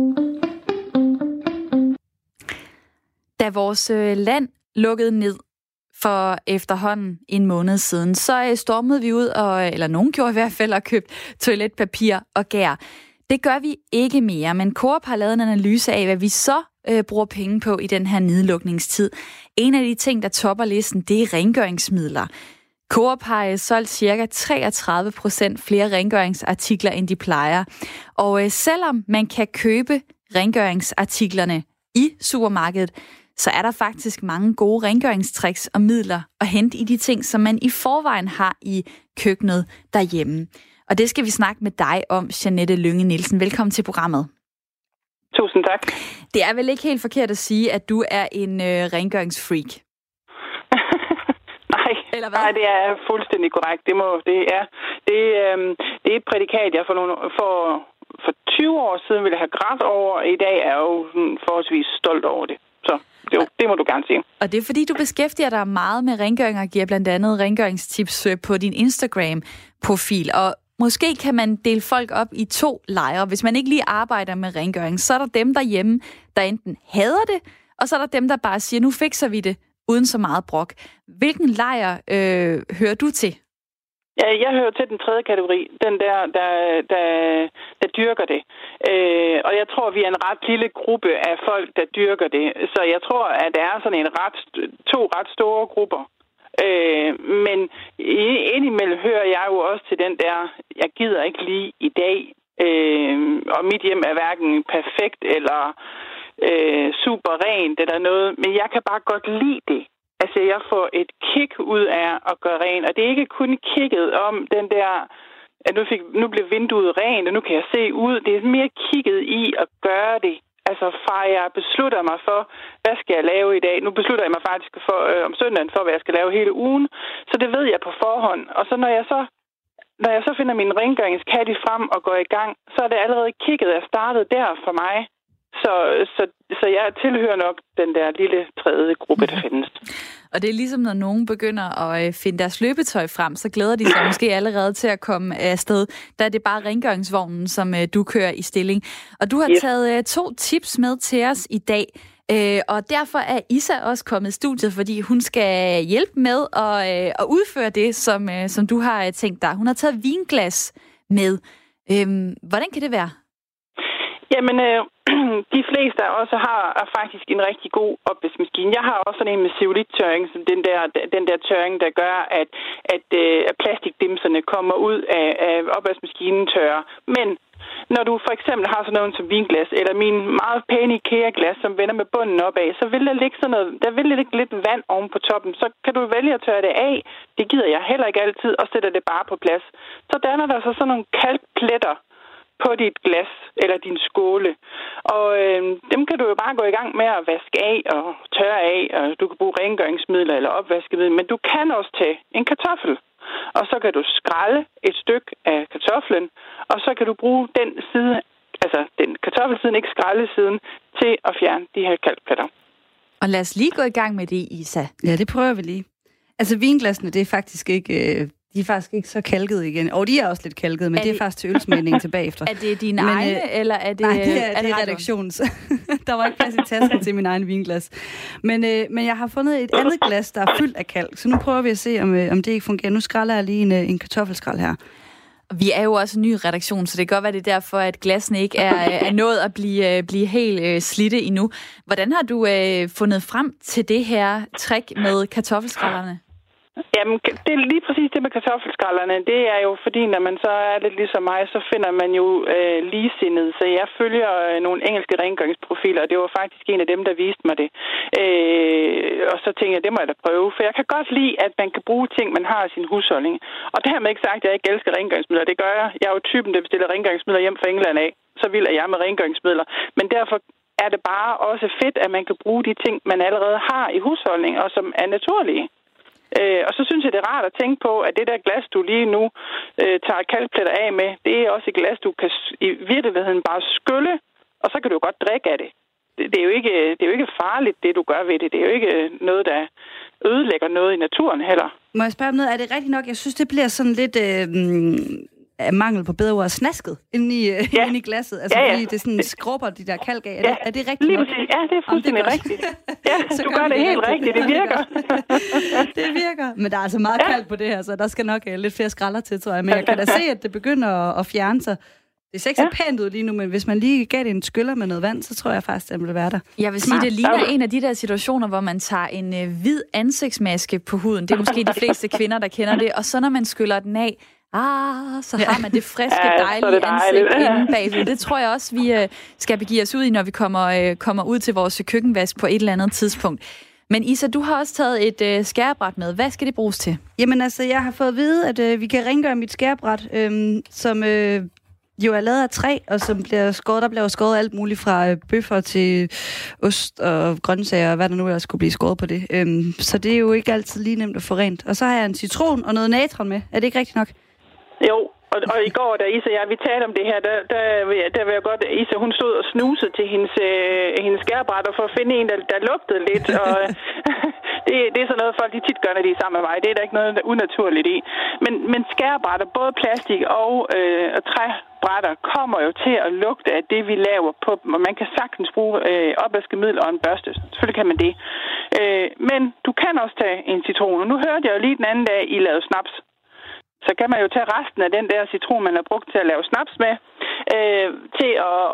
Da vores land lukkede ned for efterhånden en måned siden, så stormede vi ud, eller nogen gjorde i hvert fald, og købte toiletpapir og gær. Det gør vi ikke mere, men Coop har lavet en analyse af, hvad vi så bruger penge på i den her nedlukningstid. En af de ting, der topper listen, det er rengøringsmidler. Coop har solgt ca. 33% flere rengøringsartikler, end de plejer. Og selvom man kan købe rengøringsartiklerne i supermarkedet, så er der faktisk mange gode rengøringstricks og midler at hente i de ting, som man i forvejen har i køkkenet derhjemme. Og det skal vi snakke med dig om, Jeanette Lynge Nielsen. Velkommen til programmet. Tusind tak. Det er vel ikke helt forkert at sige, at du er en rengøringsfreak? Nej, det er fuldstændig korrekt. Det er et prædikat, jeg for 20 år siden ville have grædt over. I dag er jeg jo forholdsvis stolt over det. Så det må du gerne sige. Og det er fordi, du beskæftiger dig meget med rengøring og giver blandt andet rengøringstips på din Instagram-profil. Og måske kan man dele folk op i 2 lejre. Hvis man ikke lige arbejder med rengøring, så er der dem derhjemme, der enten hader det, og så er der dem, der bare siger, nu fikser vi det uden så meget brok. Hvilken lejr hører du til? Ja, jeg hører til den 3. kategori. Den der dyrker det. Og jeg tror, vi er en ret lille gruppe af folk, der dyrker det. Så jeg tror, at der er sådan to ret store grupper. Men indimellem hører jeg jo også til den der, jeg gider ikke lige i dag. Og mit hjem er hverken perfekt eller super rent eller noget. Men jeg kan bare godt lide det. Altså, jeg får et kick ud af at gøre rent, og det er ikke kun kigget om den der, at nu blev vinduet rent, og nu kan jeg se ud. Det er mere kigget i at gøre det. Altså, fra jeg beslutter mig for, hvad skal jeg lave i dag. Nu beslutter jeg mig faktisk om søndagen for, hvad jeg skal lave hele ugen, så det ved jeg på forhånd. Og så når jeg så finder min rengøringskatte frem og går i gang, så er det allerede kigget og startet der for mig. Så jeg tilhører nok den der lille 3. gruppe, der findes. Og det er ligesom, når nogen begynder at finde deres løbetøj frem, så glæder de sig måske allerede til at komme afsted. Der er det bare rengøringsvognen, som du kører i stilling. Og du har taget 2 tips med til os i dag. Og derfor er Isa også kommet i studiet, fordi hun skal hjælpe med at udføre det, som du har tænkt dig. Hun har taget vinglas med. Hvordan kan det være? Jamen, de fleste af os har faktisk en rigtig god opvaskemaskine. Jeg har også sådan en med zeolittørring, som den der tørring, der gør, at plastikdimserne kommer ud af opvaskemaskinen tørrer. Men når du for eksempel har sådan noget som vinglas, eller min meget pæne IKEA-glas, som vender med bunden opad, så vil der ligge sådan noget, der vil ligge lidt vand oven på toppen. Så kan du vælge at tørre det af. Det gider jeg heller ikke altid, og sætter det bare på plads. Så danner der så sådan nogle kalkpletter på dit glas eller din skåle. Og dem kan du jo bare gå i gang med at vaske af og tørre af, og du kan bruge rengøringsmidler eller opvaskemidler, men du kan også tage en kartoffel, og så kan du skrælle et stykke af kartoflen, og så kan du bruge den side, altså den kartoffelsiden, ikke skraldesiden, til at fjerne de her kalkpletter. Og lad os lige gå i gang med det, Isa. Ja, det prøver vi lige. Altså vinglassene, det er faktisk ikke... De er faktisk ikke så kalket igen. Og de er også lidt kalket, men det er faktisk til ølsmagningen tilbage efter. Er det dine egne, eller er det... Nej, det er redaktions. Der var ikke plads i tasken til min egen vinglas. Men jeg har fundet et andet glas, der er fyldt af kalk. Så nu prøver vi at se, om det ikke fungerer. Nu skræller jeg lige en kartoffelskrald her. Vi er jo også en ny redaktion, så det kan godt være, det er derfor, at glassene ikke er nået at blive helt slidte endnu. Hvordan har du fundet frem til det her trick med kartoffelskralderne? Jamen, det er lige præcis det med kartoffelskralderne. Det er jo fordi, når man så er lidt ligesom mig, så finder man jo ligesindede. Så jeg følger nogle engelske rengøringsprofiler, og det var faktisk en af dem, der viste mig det. Og så tænkte jeg, det må jeg da prøve. For jeg kan godt lide, at man kan bruge ting, man har i sin husholdning. Og dermed ikke sagt, at jeg ikke elsker rengøringsmidler. Det gør jeg. Jeg er jo typen, der bestiller rengøringsmidler hjem fra England af. Så vil jeg med rengøringsmidler. Men derfor er det bare også fedt, at man kan bruge de ting, man allerede har i husholdning, og som er naturlige. Og så synes jeg, det er rart at tænke på, at det der glas, du lige nu tager kalkpletter af med, det er også et glas, du kan i virkeligheden bare skylle, og så kan du godt drikke af det. Det er jo ikke farligt, det du gør ved det. Det er jo ikke noget, der ødelægger noget i naturen heller. Må jeg spørge om noget? Er det rigtigt nok? Jeg synes, det bliver sådan lidt... mangel på bedre ord, snasket inde i glasset. Altså, fordi det sådan skrubber de der kalk af. Er det rigtigt lige nok? Ja, det er fuldstændig rigtigt. Ja, du gør det helt rigtigt. Det virker. Det virker. Men der er altså meget kalk på det her, så der skal nok lidt flere skralder til, tror jeg. Men jeg kan da se, at det begynder at fjerne sig. Det ser ikke så pænt ud lige nu, men hvis man lige gav det en skyller med noget vand, så tror jeg faktisk, at det vil være der. Jeg vil sige, det ligner en af de der situationer, hvor man tager en hvid ansigtsmaske på huden. Det er måske de fleste kvinder, der kender det. Og så når man skyller den af, så har man det friske, dejlige ansigt inde bagved. Det tror jeg også, vi skal begive os ud i, når vi kommer ud til vores køkkenvask på et eller andet tidspunkt. Men Isa, du har også taget et skærebræt med. Hvad skal det bruges til? Jamen altså, jeg har fået at vide, at vi kan rengøre mit skærebræt, som jo er lavet af træ, og som bliver skåret, der bliver skåret alt muligt fra bøffer til ost og grøntsager, og hvad der nu ellers skulle blive skåret på det. Så det er jo ikke altid lige nemt at få rent. Og så har jeg en citron og noget natron med. Er det ikke rigtigt nok? Jo. Og i går, da Isa og jeg, vi talte om det her, der vil jeg godt, Isa, hun stod og snusede til hendes skærebrætter for at finde en, der lugtede lidt. Og det er sådan noget, folk de tit gør, når de er sammen med mig. Det er der ikke noget unaturligt i. Men skærebrætter, både plastik og træbrætter, kommer jo til at lugte af det, vi laver på dem. Og man kan sagtens bruge opvaskemiddel og en børste. Selvfølgelig kan man det. Men du kan også tage en citron. Og nu hørte jeg jo lige den anden dag, I lavede snaps. Så kan man jo tage resten af den der citron, man har brugt til at lave snaps med, til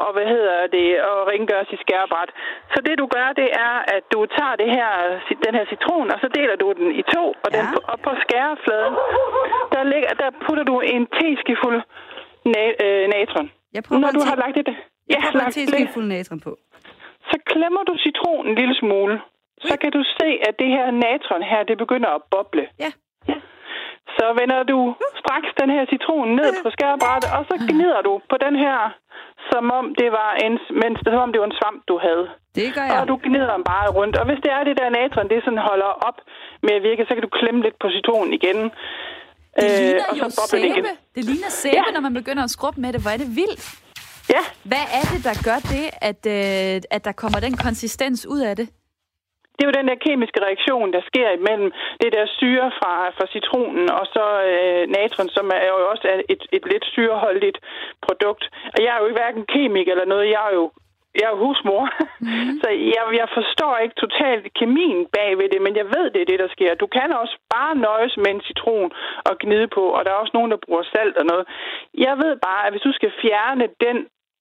at rengøre sit skærebræt. Så det du gør, det er, at du tager den her citron, og så deler du den i to, og på skærefladen, der putter du en teskefuld natron. Jeg prøver når du har lagt det. Jeg prøver en teskefuld natron på. Så klemmer du citronen en lille smule. Så kan du se, at det her natron her, det begynder at boble. Ja. Så vender du straks den her citron ned på skærebrættet, og så gnider du på den her, som om det var en svamp, du havde. Det gør jeg. Og du gnider den bare rundt. Og hvis det er det der natron, det sådan holder op med at virke, så kan du klemme lidt på citronen igen. Det ligner og så jo sæbe. Det ligner sæbe, når man begynder at skrubbe med det. Hvor er det vildt. Ja. Hvad er det, der gør det, at der kommer den konsistens ud af det? Det er jo den der kemiske reaktion, der sker imellem det der syre fra citronen og så natron, som er jo også et lidt syreholdigt produkt. Og jeg er jo ikke hverken kemiker eller noget, jeg er jo husmor. Så jeg forstår ikke totalt kemien bag ved det, men jeg ved, det er det, der sker. Du kan også bare nøjes med en citron og gnide på, og der er også nogen, der bruger salt og noget. Jeg ved bare, at hvis du skal fjerne den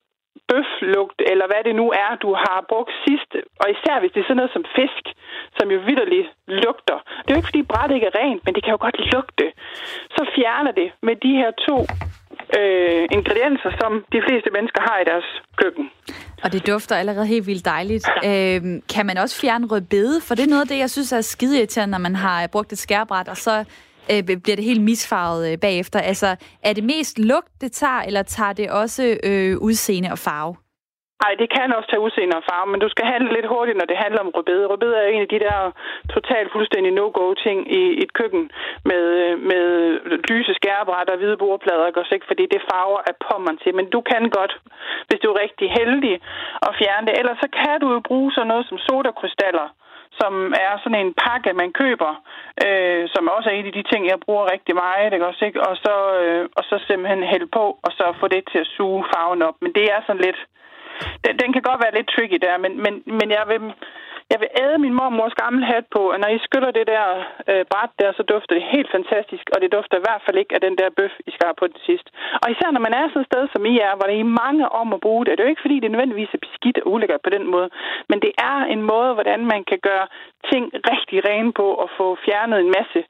bøflugt, eller hvad det nu er, du har brugt sidst, og især hvis det er sådan noget som fisk, som jo vitterligt lugter. Det er jo ikke, fordi brættet ikke er rent, men det kan jo godt lugte. Så fjerner det med de her to ingredienser, som de fleste mennesker har i deres køkken. Og det dufter allerede helt vildt dejligt. Kan man også fjerne rødbede? For det er noget af det, jeg synes er skideirriterende, når man har brugt et skærebræt, og så bliver det helt misfarvet bagefter. Altså, er det mest lugt, det tager, eller tager det også udseende og farve? Nej, det kan også tage udseende og farve, men du skal handle lidt hurtigt, når det handler om rødbede. Rødbede er en af de der totalt fuldstændig no-go-ting i et køkken med lyse skærebrætter og hvide bordplader, fordi det farver af pommeren til. Men du kan godt, hvis du er rigtig heldig, at fjerne det. Ellers så kan du jo bruge sådan noget som sodakrystaller, som er sådan en pakke, man køber, som også er en af de ting, jeg bruger rigtig meget, ikke også, ikke? Og så simpelthen hælde på, og så få det til at suge farven op. Men det er sådan lidt... Den kan godt være lidt tricky der, men jeg vil æde min mormors gamle hat på, og når I skyller det der bræt der, så dufter det helt fantastisk, og det dufter i hvert fald ikke af den der bøf, I skar på det sidste. Og især når man er sådan et sted, som I er, hvor der er mange om at bruge det, det er jo ikke fordi, det nødvendigvis er beskidt og ulækkert på den måde, men det er en måde, hvordan man kan gøre ting rigtig rene på og få fjernet en masse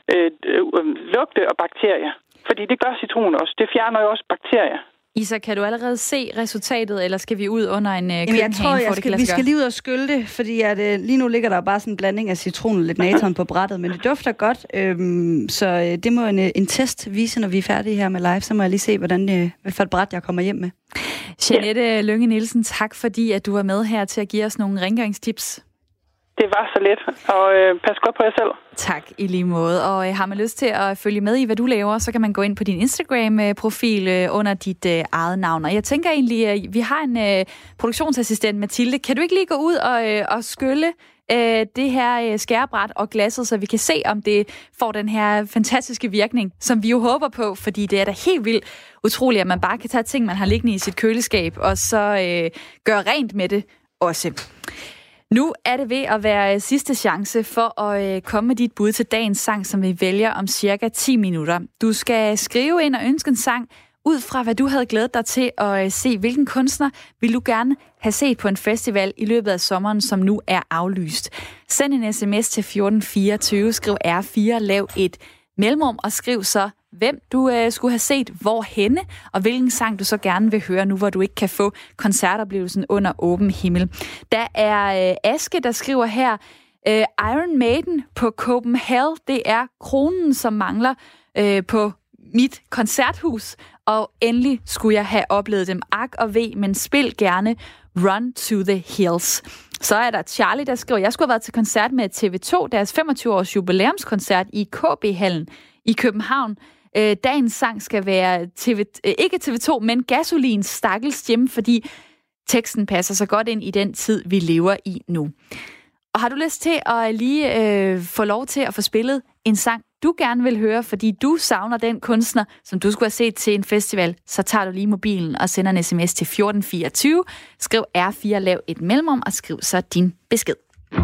lugte og bakterier. Fordi det gør citron også. Det fjerner jo også bakterier. Isa, kan du allerede se resultatet, eller skal vi ud under en køkkenhane? Jeg tror, vi skal lige ud og skylle det, fordi lige nu ligger der bare sådan en blanding af citron og lidt natron på brættet, men det dufter godt, så det må en test vise, når vi er færdige her med live, så må jeg lige se, hvad for et bræt jeg kommer hjem med. Jeanette Lynge Nielsen, tak fordi at du var med her til at give os nogle rengøringstips. Det var så let, og pas godt på jer selv. Tak, i lige måde. Og har man lyst til at følge med i, hvad du laver, så kan man gå ind på din Instagram-profil under dit eget navn. Og jeg tænker egentlig, at vi har en produktionsassistent, Mathilde. Kan du ikke lige gå ud og skylle det her skærebræt og glasset, så vi kan se, om det får den her fantastiske virkning, som vi jo håber på, fordi det er da helt vildt utroligt, at man bare kan tage ting, man har liggende i sit køleskab, og så gøre rent med det også. Nu er det ved at være sidste chance for at komme med dit bud til dagens sang, som vi vælger om cirka 10 minutter. Du skal skrive ind og ønske en sang ud fra, hvad du havde glædet dig til at se. Hvilken kunstner vil du gerne have set på en festival i løbet af sommeren, som nu er aflyst? Send en sms til 1424, skriv R4, lav et mellemrum og skriv så, hvem du skulle have set hvorhenne, og hvilken sang du så gerne vil høre nu, hvor du ikke kan få koncertoplevelsen under åben himmel. Der er Aske, der skriver her, Iron Maiden på Copenhagen, det er kronen, som mangler på mit koncerthus. Og endelig skulle jeg have oplevet dem ak og ve, men spil gerne Run to the Hills. Så er der Charlie, der skriver, jeg skulle have været til koncert med TV2, deres 25-års jubilæumskoncert i KB-hallen i København. Dagens sang skal være ikke TV2, men Gasolins Stakkels Hjem, fordi teksten passer så godt ind i den tid, vi lever i nu. Og har du lyst til at lige få lov til at få spillet en sang, du gerne vil høre, fordi du savner den kunstner, som du skulle have set til en festival, så tager du lige mobilen og sender en sms til 1424. Skriv R4, lav et mellemrum og skriv så din besked.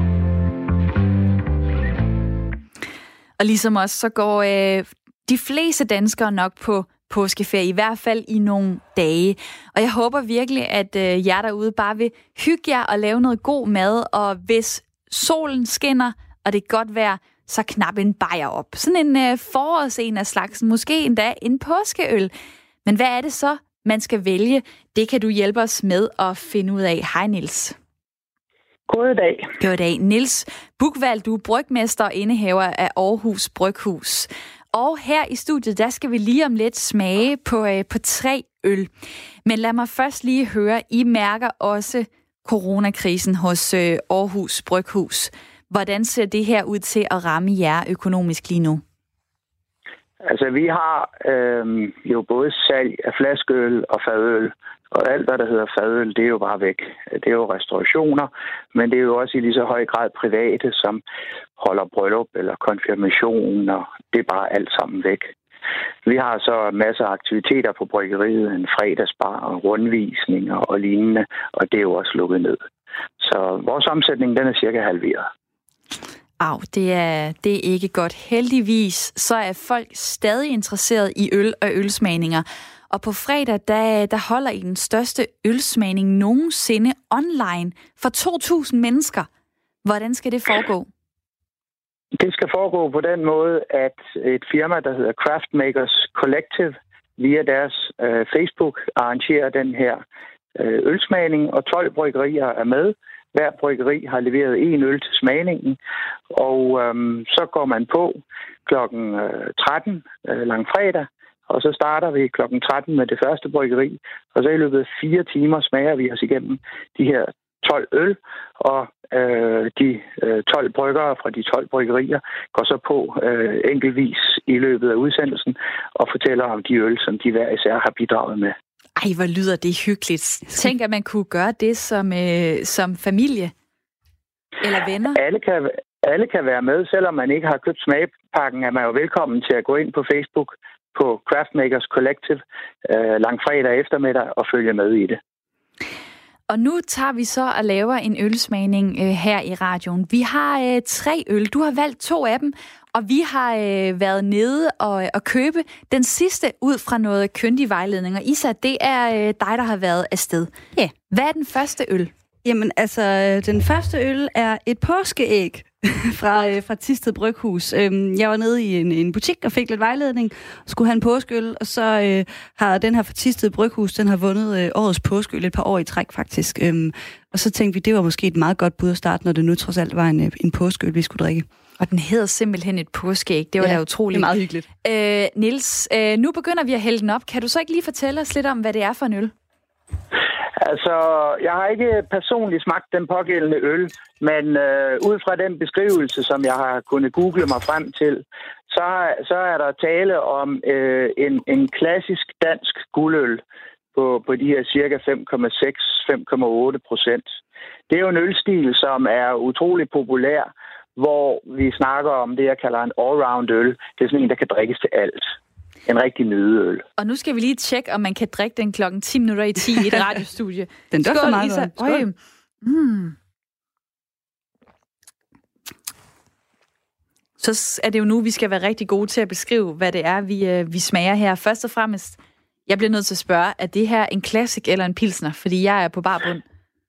Og ligesom os, så går de fleste danskere nok på påskeferie, i hvert fald i nogle dage. Og jeg håber virkelig, at jer derude bare vil hygge jer og lave noget god mad, og hvis solen skinner, og det er godt vejr, så knap en bajer op. Sådan en forårsen af slagsen, måske endda en påskeøl. Men hvad er det så, man skal vælge? Det kan du hjælpe os med at finde ud af. Hej Niels. Goddag. Goddag. Niels Buchwald, du er brygmester og indehaver af Aarhus Bryghus. Og her i studiet, der skal vi lige om lidt smage på 3 øl. Men lad mig først lige høre, I mærker også coronakrisen hos Aarhus Bryghus. Hvordan ser det her ud til at ramme jer økonomisk lige nu? Altså, vi har jo både salg af flaskeøl og fadøl, og alt, hvad der hedder fadøl, det er jo bare væk. Det er jo restaurationer, men det er jo også i lige så høj grad private, som holder bryllup eller konfirmation, og det er bare alt sammen væk. Vi har så masser af aktiviteter på bryggeriet, en fredagsbar og rundvisninger og lignende, og det er jo også lukket ned. Så vores omsætning, den er cirka halveret. Det er ikke godt. Heldigvis så er folk stadig interesseret i øl og ølsmagninger. Og på fredag, der holder I den største ølsmagning nogensinde online for 2.000 mennesker. Hvordan skal det foregå? Det skal foregå på den måde, at et firma, der hedder Craft Makers Collective, via deres Facebook arrangerer den her ølsmagning, og 12 bryggerier er med. Hver bryggeri har leveret 1 øl til smagningen, og så går man på klokken 13 langfredag, og så starter vi klokken 13 med det første bryggeri, og så i løbet af 4 timer smager vi os igennem de her 12 øl, og de 12 bryggere fra de 12 bryggerier går så på enkeltvis i løbet af udsendelsen og fortæller om de øl, som de hver især har bidraget med. Ej, hvor lyder det hyggeligt. Tænk, at man kunne gøre det som familie eller venner. Alle kan være med, selvom man ikke har købt smagepakken, er man jo velkommen til at gå ind på Facebook på Craft Makers Collective langfredag eftermiddag og følge med i det. Og nu tager vi så og laver en ølsmagning her i radioen. Vi har 3 øl. Du har valgt 2 af dem, og vi har været nede og købe den sidste ud fra noget kyndig vejledning. Og Isa, det er dig, der har været afsted. Ja. Hvad er den første øl? Jamen, altså, den første øl er et påskeæg fra Thisted Bryghus. Jeg var nede i en butik og fik lidt vejledning, og skulle have en påskeøl, og så har den her fra Thisted Bryghus, den har vundet årets påskeøl et par år i træk, faktisk. Og så tænkte vi, det var måske et meget godt bud at starte, når det nu trods alt var en påskeøl, vi skulle drikke. Og den hedder simpelthen et påskeæg. Det var da utroligt. Det er meget hyggeligt. Niels, nu begynder vi at hælde den op. Kan du så ikke lige fortælle os lidt om, hvad det er for en øl? Altså, jeg har ikke personligt smagt den pågældende øl, men ud fra den beskrivelse, som jeg har kunnet google mig frem til, så er der tale om en klassisk dansk guldøl på de her cirka 5,6-5,8%. Det er jo en ølstil, som er utrolig populær, hvor vi snakker om det, jeg kalder en all-round øl. Det er sådan en, der kan drikkes til alt. En rigtig nødeøl. Og nu skal vi lige tjekke, om man kan drikke den klokken 10 minutter i 10 i et radiostudie. Den dufter meget godt. Skål. Så er det jo nu, vi skal være rigtig gode til at beskrive, hvad det er, vi smager her. Først og fremmest, jeg bliver nødt til at spørge, er det her en classic eller en pilsner? Fordi jeg er på bar bund.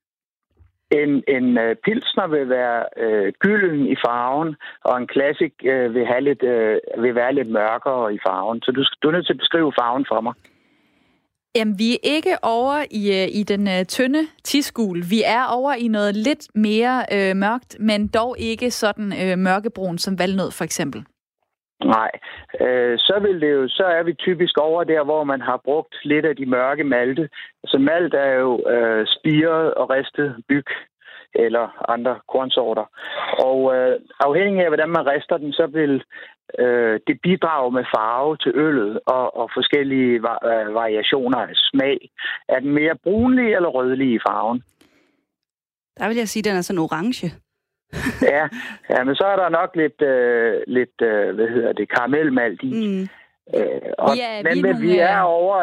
En pilsner vil være gylden i farven, og en classic vil være lidt mørkere i farven. Så du er nødt til at beskrive farven for mig. Jamen, vi er ikke over i den tynde tisgul. Vi er over i noget lidt mere mørkt, men dog ikke sådan mørkebrun som valnød for eksempel. Nej, så er vi typisk over der, hvor man har brugt lidt af de mørke malte. Altså malt er jo spiret og ristet byg eller andre kornsorter. Og afhængig af, hvordan man rister den, så vil det bidrage med farve til øllet og forskellige variationer af smag. Er den mere brunlig eller rødlig i farven? Der vil jeg sige, at den er sådan orange. ja, men så er der nok lidt karamelmalt i. Men vi er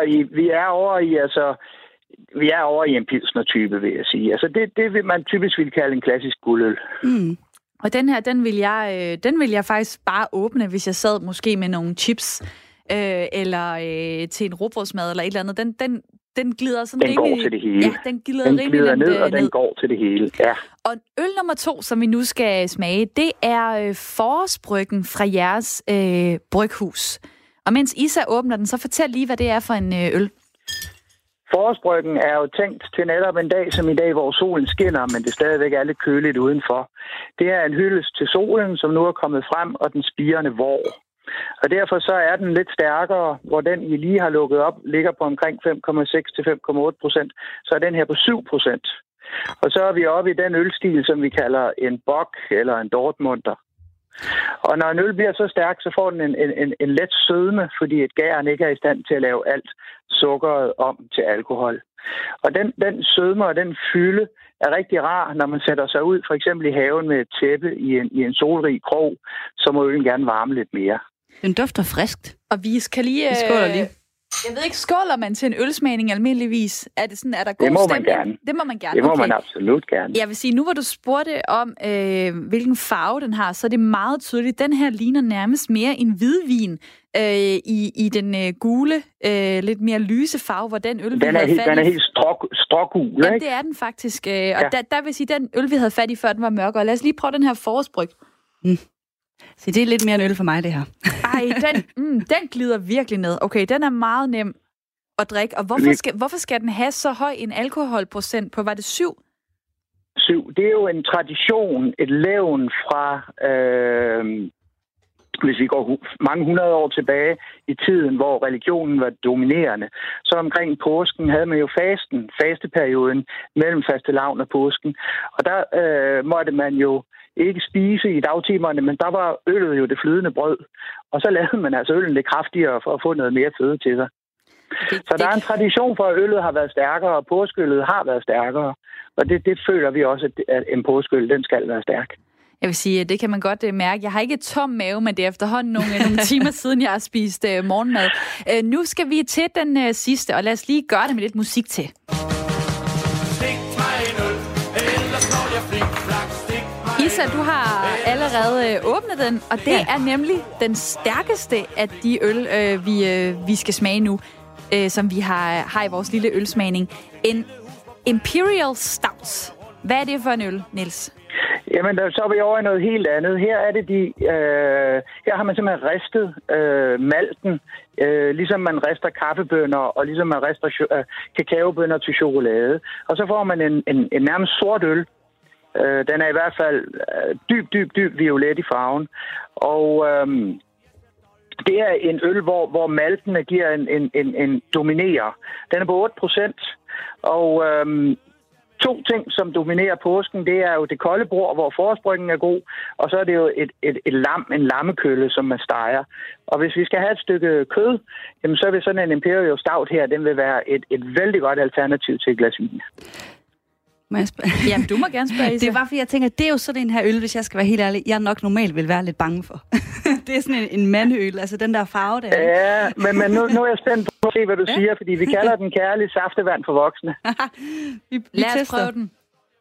over i en pilsner-type, vil jeg sige. Altså det vil man typisk vil kalde en klassisk guldøl. Mm. Og den her, den vil jeg faktisk bare åbne, hvis jeg sad måske med nogle chips eller til en rugbrødsmad eller et eller andet. Den glider sådan rimelig... Den går til det hele. Ja, den glider ned, og den går til det hele, ja. Og øl nummer 2, som vi nu skal smage, det er Forårsbryggen fra jeres bryghus. Og mens Isa åbner den, så fortæl lige, hvad det er for en øl. Forårsbryggen er jo tænkt til netop en dag som i dag, hvor solen skinner, men det stadigvæk er lidt køligt udenfor. Det er en hyldest til solen, som nu er kommet frem, og den spirende vår. Og derfor så er den lidt stærkere, hvor den I lige har lukket op, ligger på omkring 5,6 til 5,8%, så er den her på 7%. Og så er vi oppe i den ølstil, som vi kalder en Bock eller en Dortmunder. Og når en øl bliver så stærk, så får den en let sødme, fordi et gæren ikke er i stand til at lave alt sukkeret om til alkohol. Og den sødme og den fylde er rigtig rar, når man sætter sig ud, for eksempel i haven med et tæppe i en solrig krog, så må øllen gerne varme lidt mere. Den dufter friskt. Og vi skal lige... skåler lige. Jeg ved ikke, skåler man til en ølsmagning almindeligvis? Er det sådan, er der god stemning? Man gerne. Det må man gerne. Det må man absolut gerne. Jeg vil sige, nu hvor du spurgte om, hvilken farve den har, så er det meget tydeligt. Den her ligner nærmest mere en hvidvin i den gule, lidt mere lyse farve, hvor den øl, vi havde fat i... Den er helt strågul, ikke? Ja, det er den faktisk. Og der vil sige, den øl, vi havde fat i før, den var mørkere. Lad os lige prøve den her forårsbryg. Så det er lidt mere en øl for mig, det her. Ej, den glider virkelig ned. Okay, den er meget nem at drikke. Og hvorfor skal den have så høj en alkoholprocent på? Var det 7? 7. Det er jo en tradition, et levn fra, hvis vi går mange hundrede år tilbage i tiden, hvor religionen var dominerende. Så omkring påsken havde man jo fasteperioden mellem fastelavn og påsken. Og der måtte man jo ikke spise i dagtimerne, men der var øllet jo det flydende brød. Og så lavede man altså øllen lidt kraftigere for at få noget mere føde til sig. Så der er en tradition for, at øllet har været stærkere, og påskeøllet har været stærkere. Og det føler vi også, at en påskeøl, den skal være stærk. Jeg vil sige, det kan man godt mærke. Jeg har ikke tom mave, men det er efterhånden nogle timer siden, jeg har spist morgenmad. Nu skal vi til den sidste, og lad os lige gøre det med lidt musik til. Isa, du har allerede åbnet den, og det er nemlig den stærkeste af de øl, vi skal smage nu, som vi har i vores lille ølsmagning. En Imperial Stout. Hvad er det for en øl, Niels? Jamen, så er vi over i noget helt andet. Her er det her har man simpelthen ristet malten, ligesom man rister kaffebønner, og ligesom man rister kakaobønner til chokolade. Og så får man en nærmest sort øl. Den er i hvert fald dyb violet i farven. Og det er en øl, hvor maltene giver en dominerer. Den er på 8%, og to ting, som dominerer påsken, det er jo det kolde bord, hvor forårsbryggen er god, og så er det jo en lammekølle, som man steger. Og hvis vi skal have et stykke kød, jamen så vil sådan en Imperial Stout her, den vil være et vældig godt alternativ til et glas vin. Jamen, du må gerne spørge, Isa. Det var, fordi jeg tænker, det er jo sådan en her øl, hvis jeg skal være helt ærlig, jeg nok normalt vil være lidt bange for. Det er sådan en mandeøl, altså den der farve der. Ja, men nu er jeg spændt på at se, hvad du siger, fordi vi kalder den kærlig saftevand for voksne. Lad os prøve den.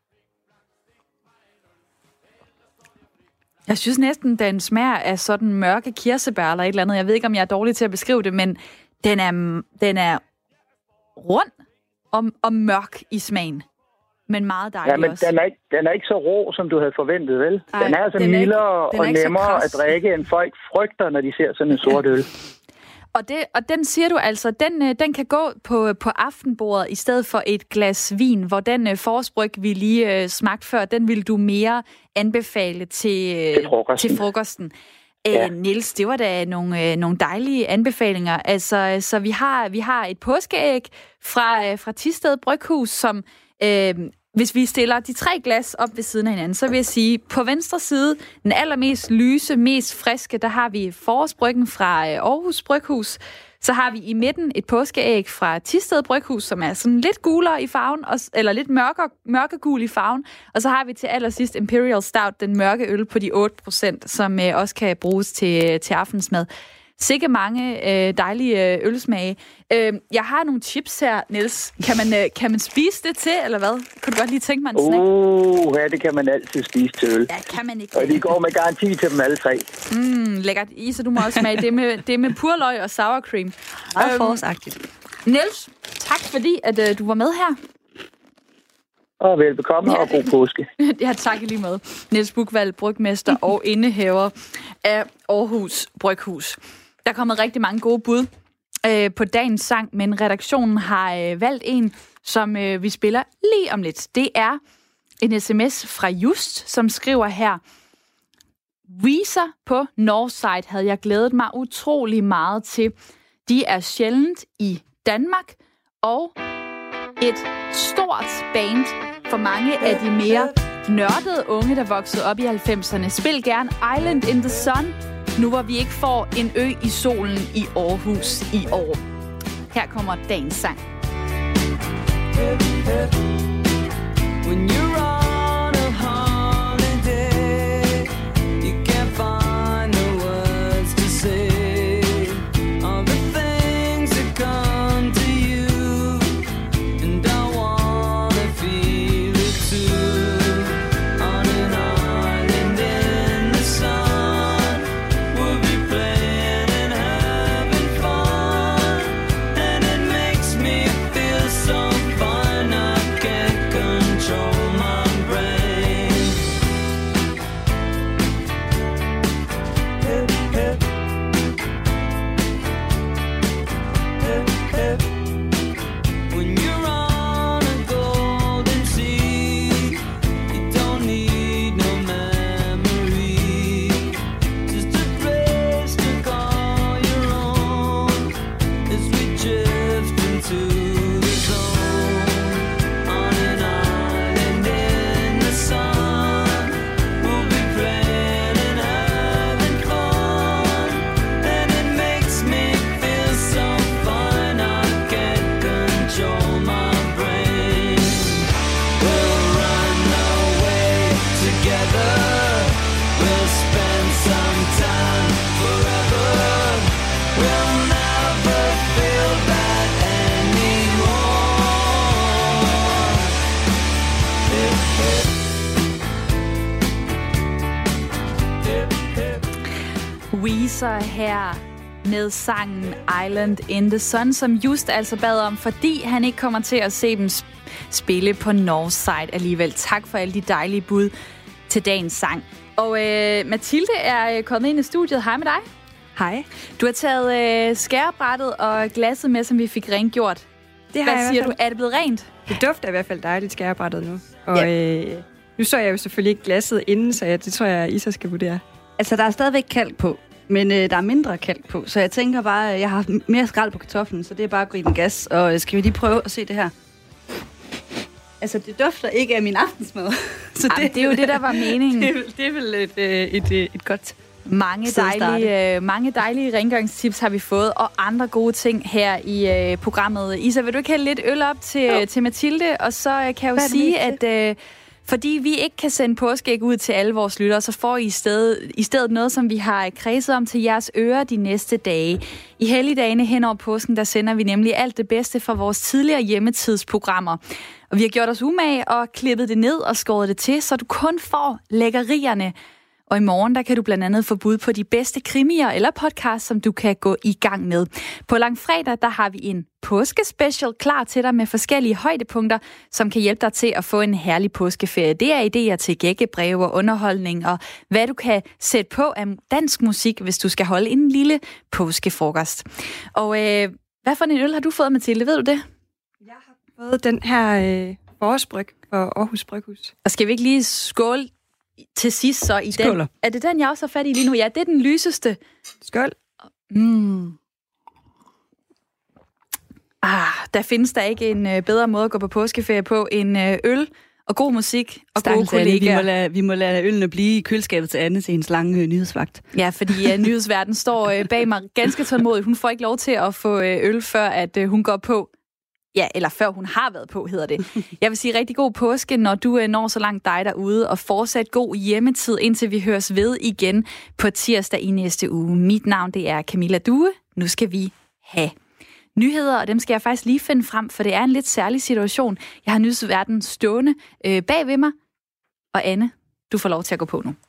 Jeg synes næsten, den smager af sådan mørke kirsebær eller et eller andet. Jeg ved ikke, om jeg er dårlig til at beskrive det, men den er rund og mørk i smagen. Men meget dejlig ja, men også. Den er ikke så rå, som du havde forventet, vel? Ej, den er altså mildere og nemmere at drikke, end folk frygter, når de ser sådan en sort øl. Og den siger du altså, den kan gå på aftenbordet i stedet for et glas vin, hvor den forårsbryg, vi lige smagte før, den vil du mere anbefale til frokosten. Niels, det var da nogle dejlige anbefalinger. Altså, så vi har et påskeæg fra Thisted Bryghus, som hvis vi stiller de 3 glas op ved siden af hinanden, så vil jeg sige, på venstre side, den allermest lyse, mest friske, der har vi Forårsbryggen fra Aarhus Bryghus. Så har vi i midten et påskeæg fra Thisted Bryghus, som er sådan lidt gulere i farven, eller lidt mørkegul i farven. Og så har vi til allersidst Imperial Stout, den mørke øl på de 8%, som også kan bruges til aftensmad. Sikke mange dejlige ølsmage. Jeg har nogle chips her, Niels. Kan man spise det til, eller hvad? Kunne du godt lige tænke mig en snack? Ja, det kan man altid spise til øl. Ja, kan man ikke. Og de går med garanti til dem alle 3. Lækkert. Isa, du må også smage det med purløg og sour cream. Meget forårsagtigt. Niels, tak fordi at du var med her. Og velbekomme, og god påske. Ja, tak i lige måde. Niels Buchwald, brygmester og indehaver af Aarhus Bryghus. Der er kommet rigtig mange gode bud på dagens sang, men redaktionen har valgt en, som vi spiller lige om lidt. Det er en sms fra Just, som skriver her: Weezer på Northside havde jeg glædet mig utrolig meget til. De er sjældent i Danmark, og et stort band for mange af de mere nørdede unge, der voksede op i 90'erne. Spil gerne Island in the Sun, nu hvor vi ikke får en ø i solen i Aarhus i år. Her kommer dagens sang. When you're on a holiday, you can't find the words to say all the things that come to you, and I wanna feel it too. On an island in the sun, we'll be playing and having fun, and it makes me feel so fine I can't control my brain. Hip, hip. Hip, hip. When you're on a golden sea, you don't need no memory, just a place to call your own as we drift into the zone. On an island in the sun, we'll be playing and having fun, and it makes me feel so fine I can't control my brain. We'll run away together, we'll spend some time forever, we'll never feel that anymore. Hip, hip. Hip, hip. Weezer her med sangen Island in the Sun, som Just altså bad om, fordi han ikke kommer til at se dem spille på Northside alligevel. Tak for alle de dejlige bud til dagens sang. Og Mathilde er kommet ind i studiet. Hej med dig. Hej. Du har taget skærebrættet og glasset med, som vi fik rengjort. Det har Hvad jeg i siger hvert du? Er det blevet rent? Det dufter i hvert fald dejligt skærebrættet nu. Og nu så jeg jo selvfølgelig ikke glasset inden, så det tror jeg, Isa skal vurdere. Altså, der er stadigvæk kalk på, men der er mindre kalk på. Så jeg tænker bare, jeg har mere skrald på kartoflen, så det er bare at gå i den gas. Og skal vi lige prøve at se det her? Altså, det dufter ikke af min aftensmad. Så det er jo det, der var meningen. Det er vel et godt mange dejlige rengøringstips har vi fået, og andre gode ting her i programmet. Isa, vil du ikke hælde lidt øl op til Mathilde? Og så kan jeg jo sige, at fordi vi ikke kan sende påskeæg ud til alle vores lyttere, så får I i stedet noget, som vi har kredset om til jeres ører de næste dage. I helligdagene hen over påsken, der sender vi nemlig alt det bedste fra vores tidligere hjemmetidsprogrammer. Og vi har gjort os umage og klippet det ned og skåret det til, så du kun får lækkerierne. Og i morgen, der kan du blandt andet få bud på de bedste krimier eller podcasts, som du kan gå i gang med. På langfredag, der har vi en påskespecial klar til dig med forskellige højdepunkter, som kan hjælpe dig til at få en herlig påskeferie. Det er idéer til gækkebreve og underholdning, og hvad du kan sætte på af dansk musik, hvis du skal holde en lille påskefrokost. Og hvad for en øl har du fået, Mathilde? Ved du det? Jeg har fået den her forårsbryg fra Aarhus Bryghus. Og skal vi ikke lige skåle til sidst så i Skål. den. Er det den, jeg også har fat i lige nu? Ja, det er den lyseste. Skål. Der findes der ikke en bedre måde at gå på påskeferie på end øl og god musik og gode kollegaer. Vi må lade ølene blive i køleskabet til Anne til hendes lange nyhedsvagt. Ja, fordi nyhedsverden står bag mig ganske tålmodigt. Hun får ikke lov til at få øl, før at hun går på. Ja, eller før hun har været på, hedder det. Jeg vil sige rigtig god påske, når du når så langt dig derude, og fortsat god hjemmetid, indtil vi høres ved igen på tirsdag i næste uge. Mit navn, det er Camilla Due. Nu skal vi have nyheder, og dem skal jeg faktisk lige finde frem, for det er en lidt særlig situation. Jeg har nyhedsverden stående bag ved mig, og Anne, du får lov til at gå på nu.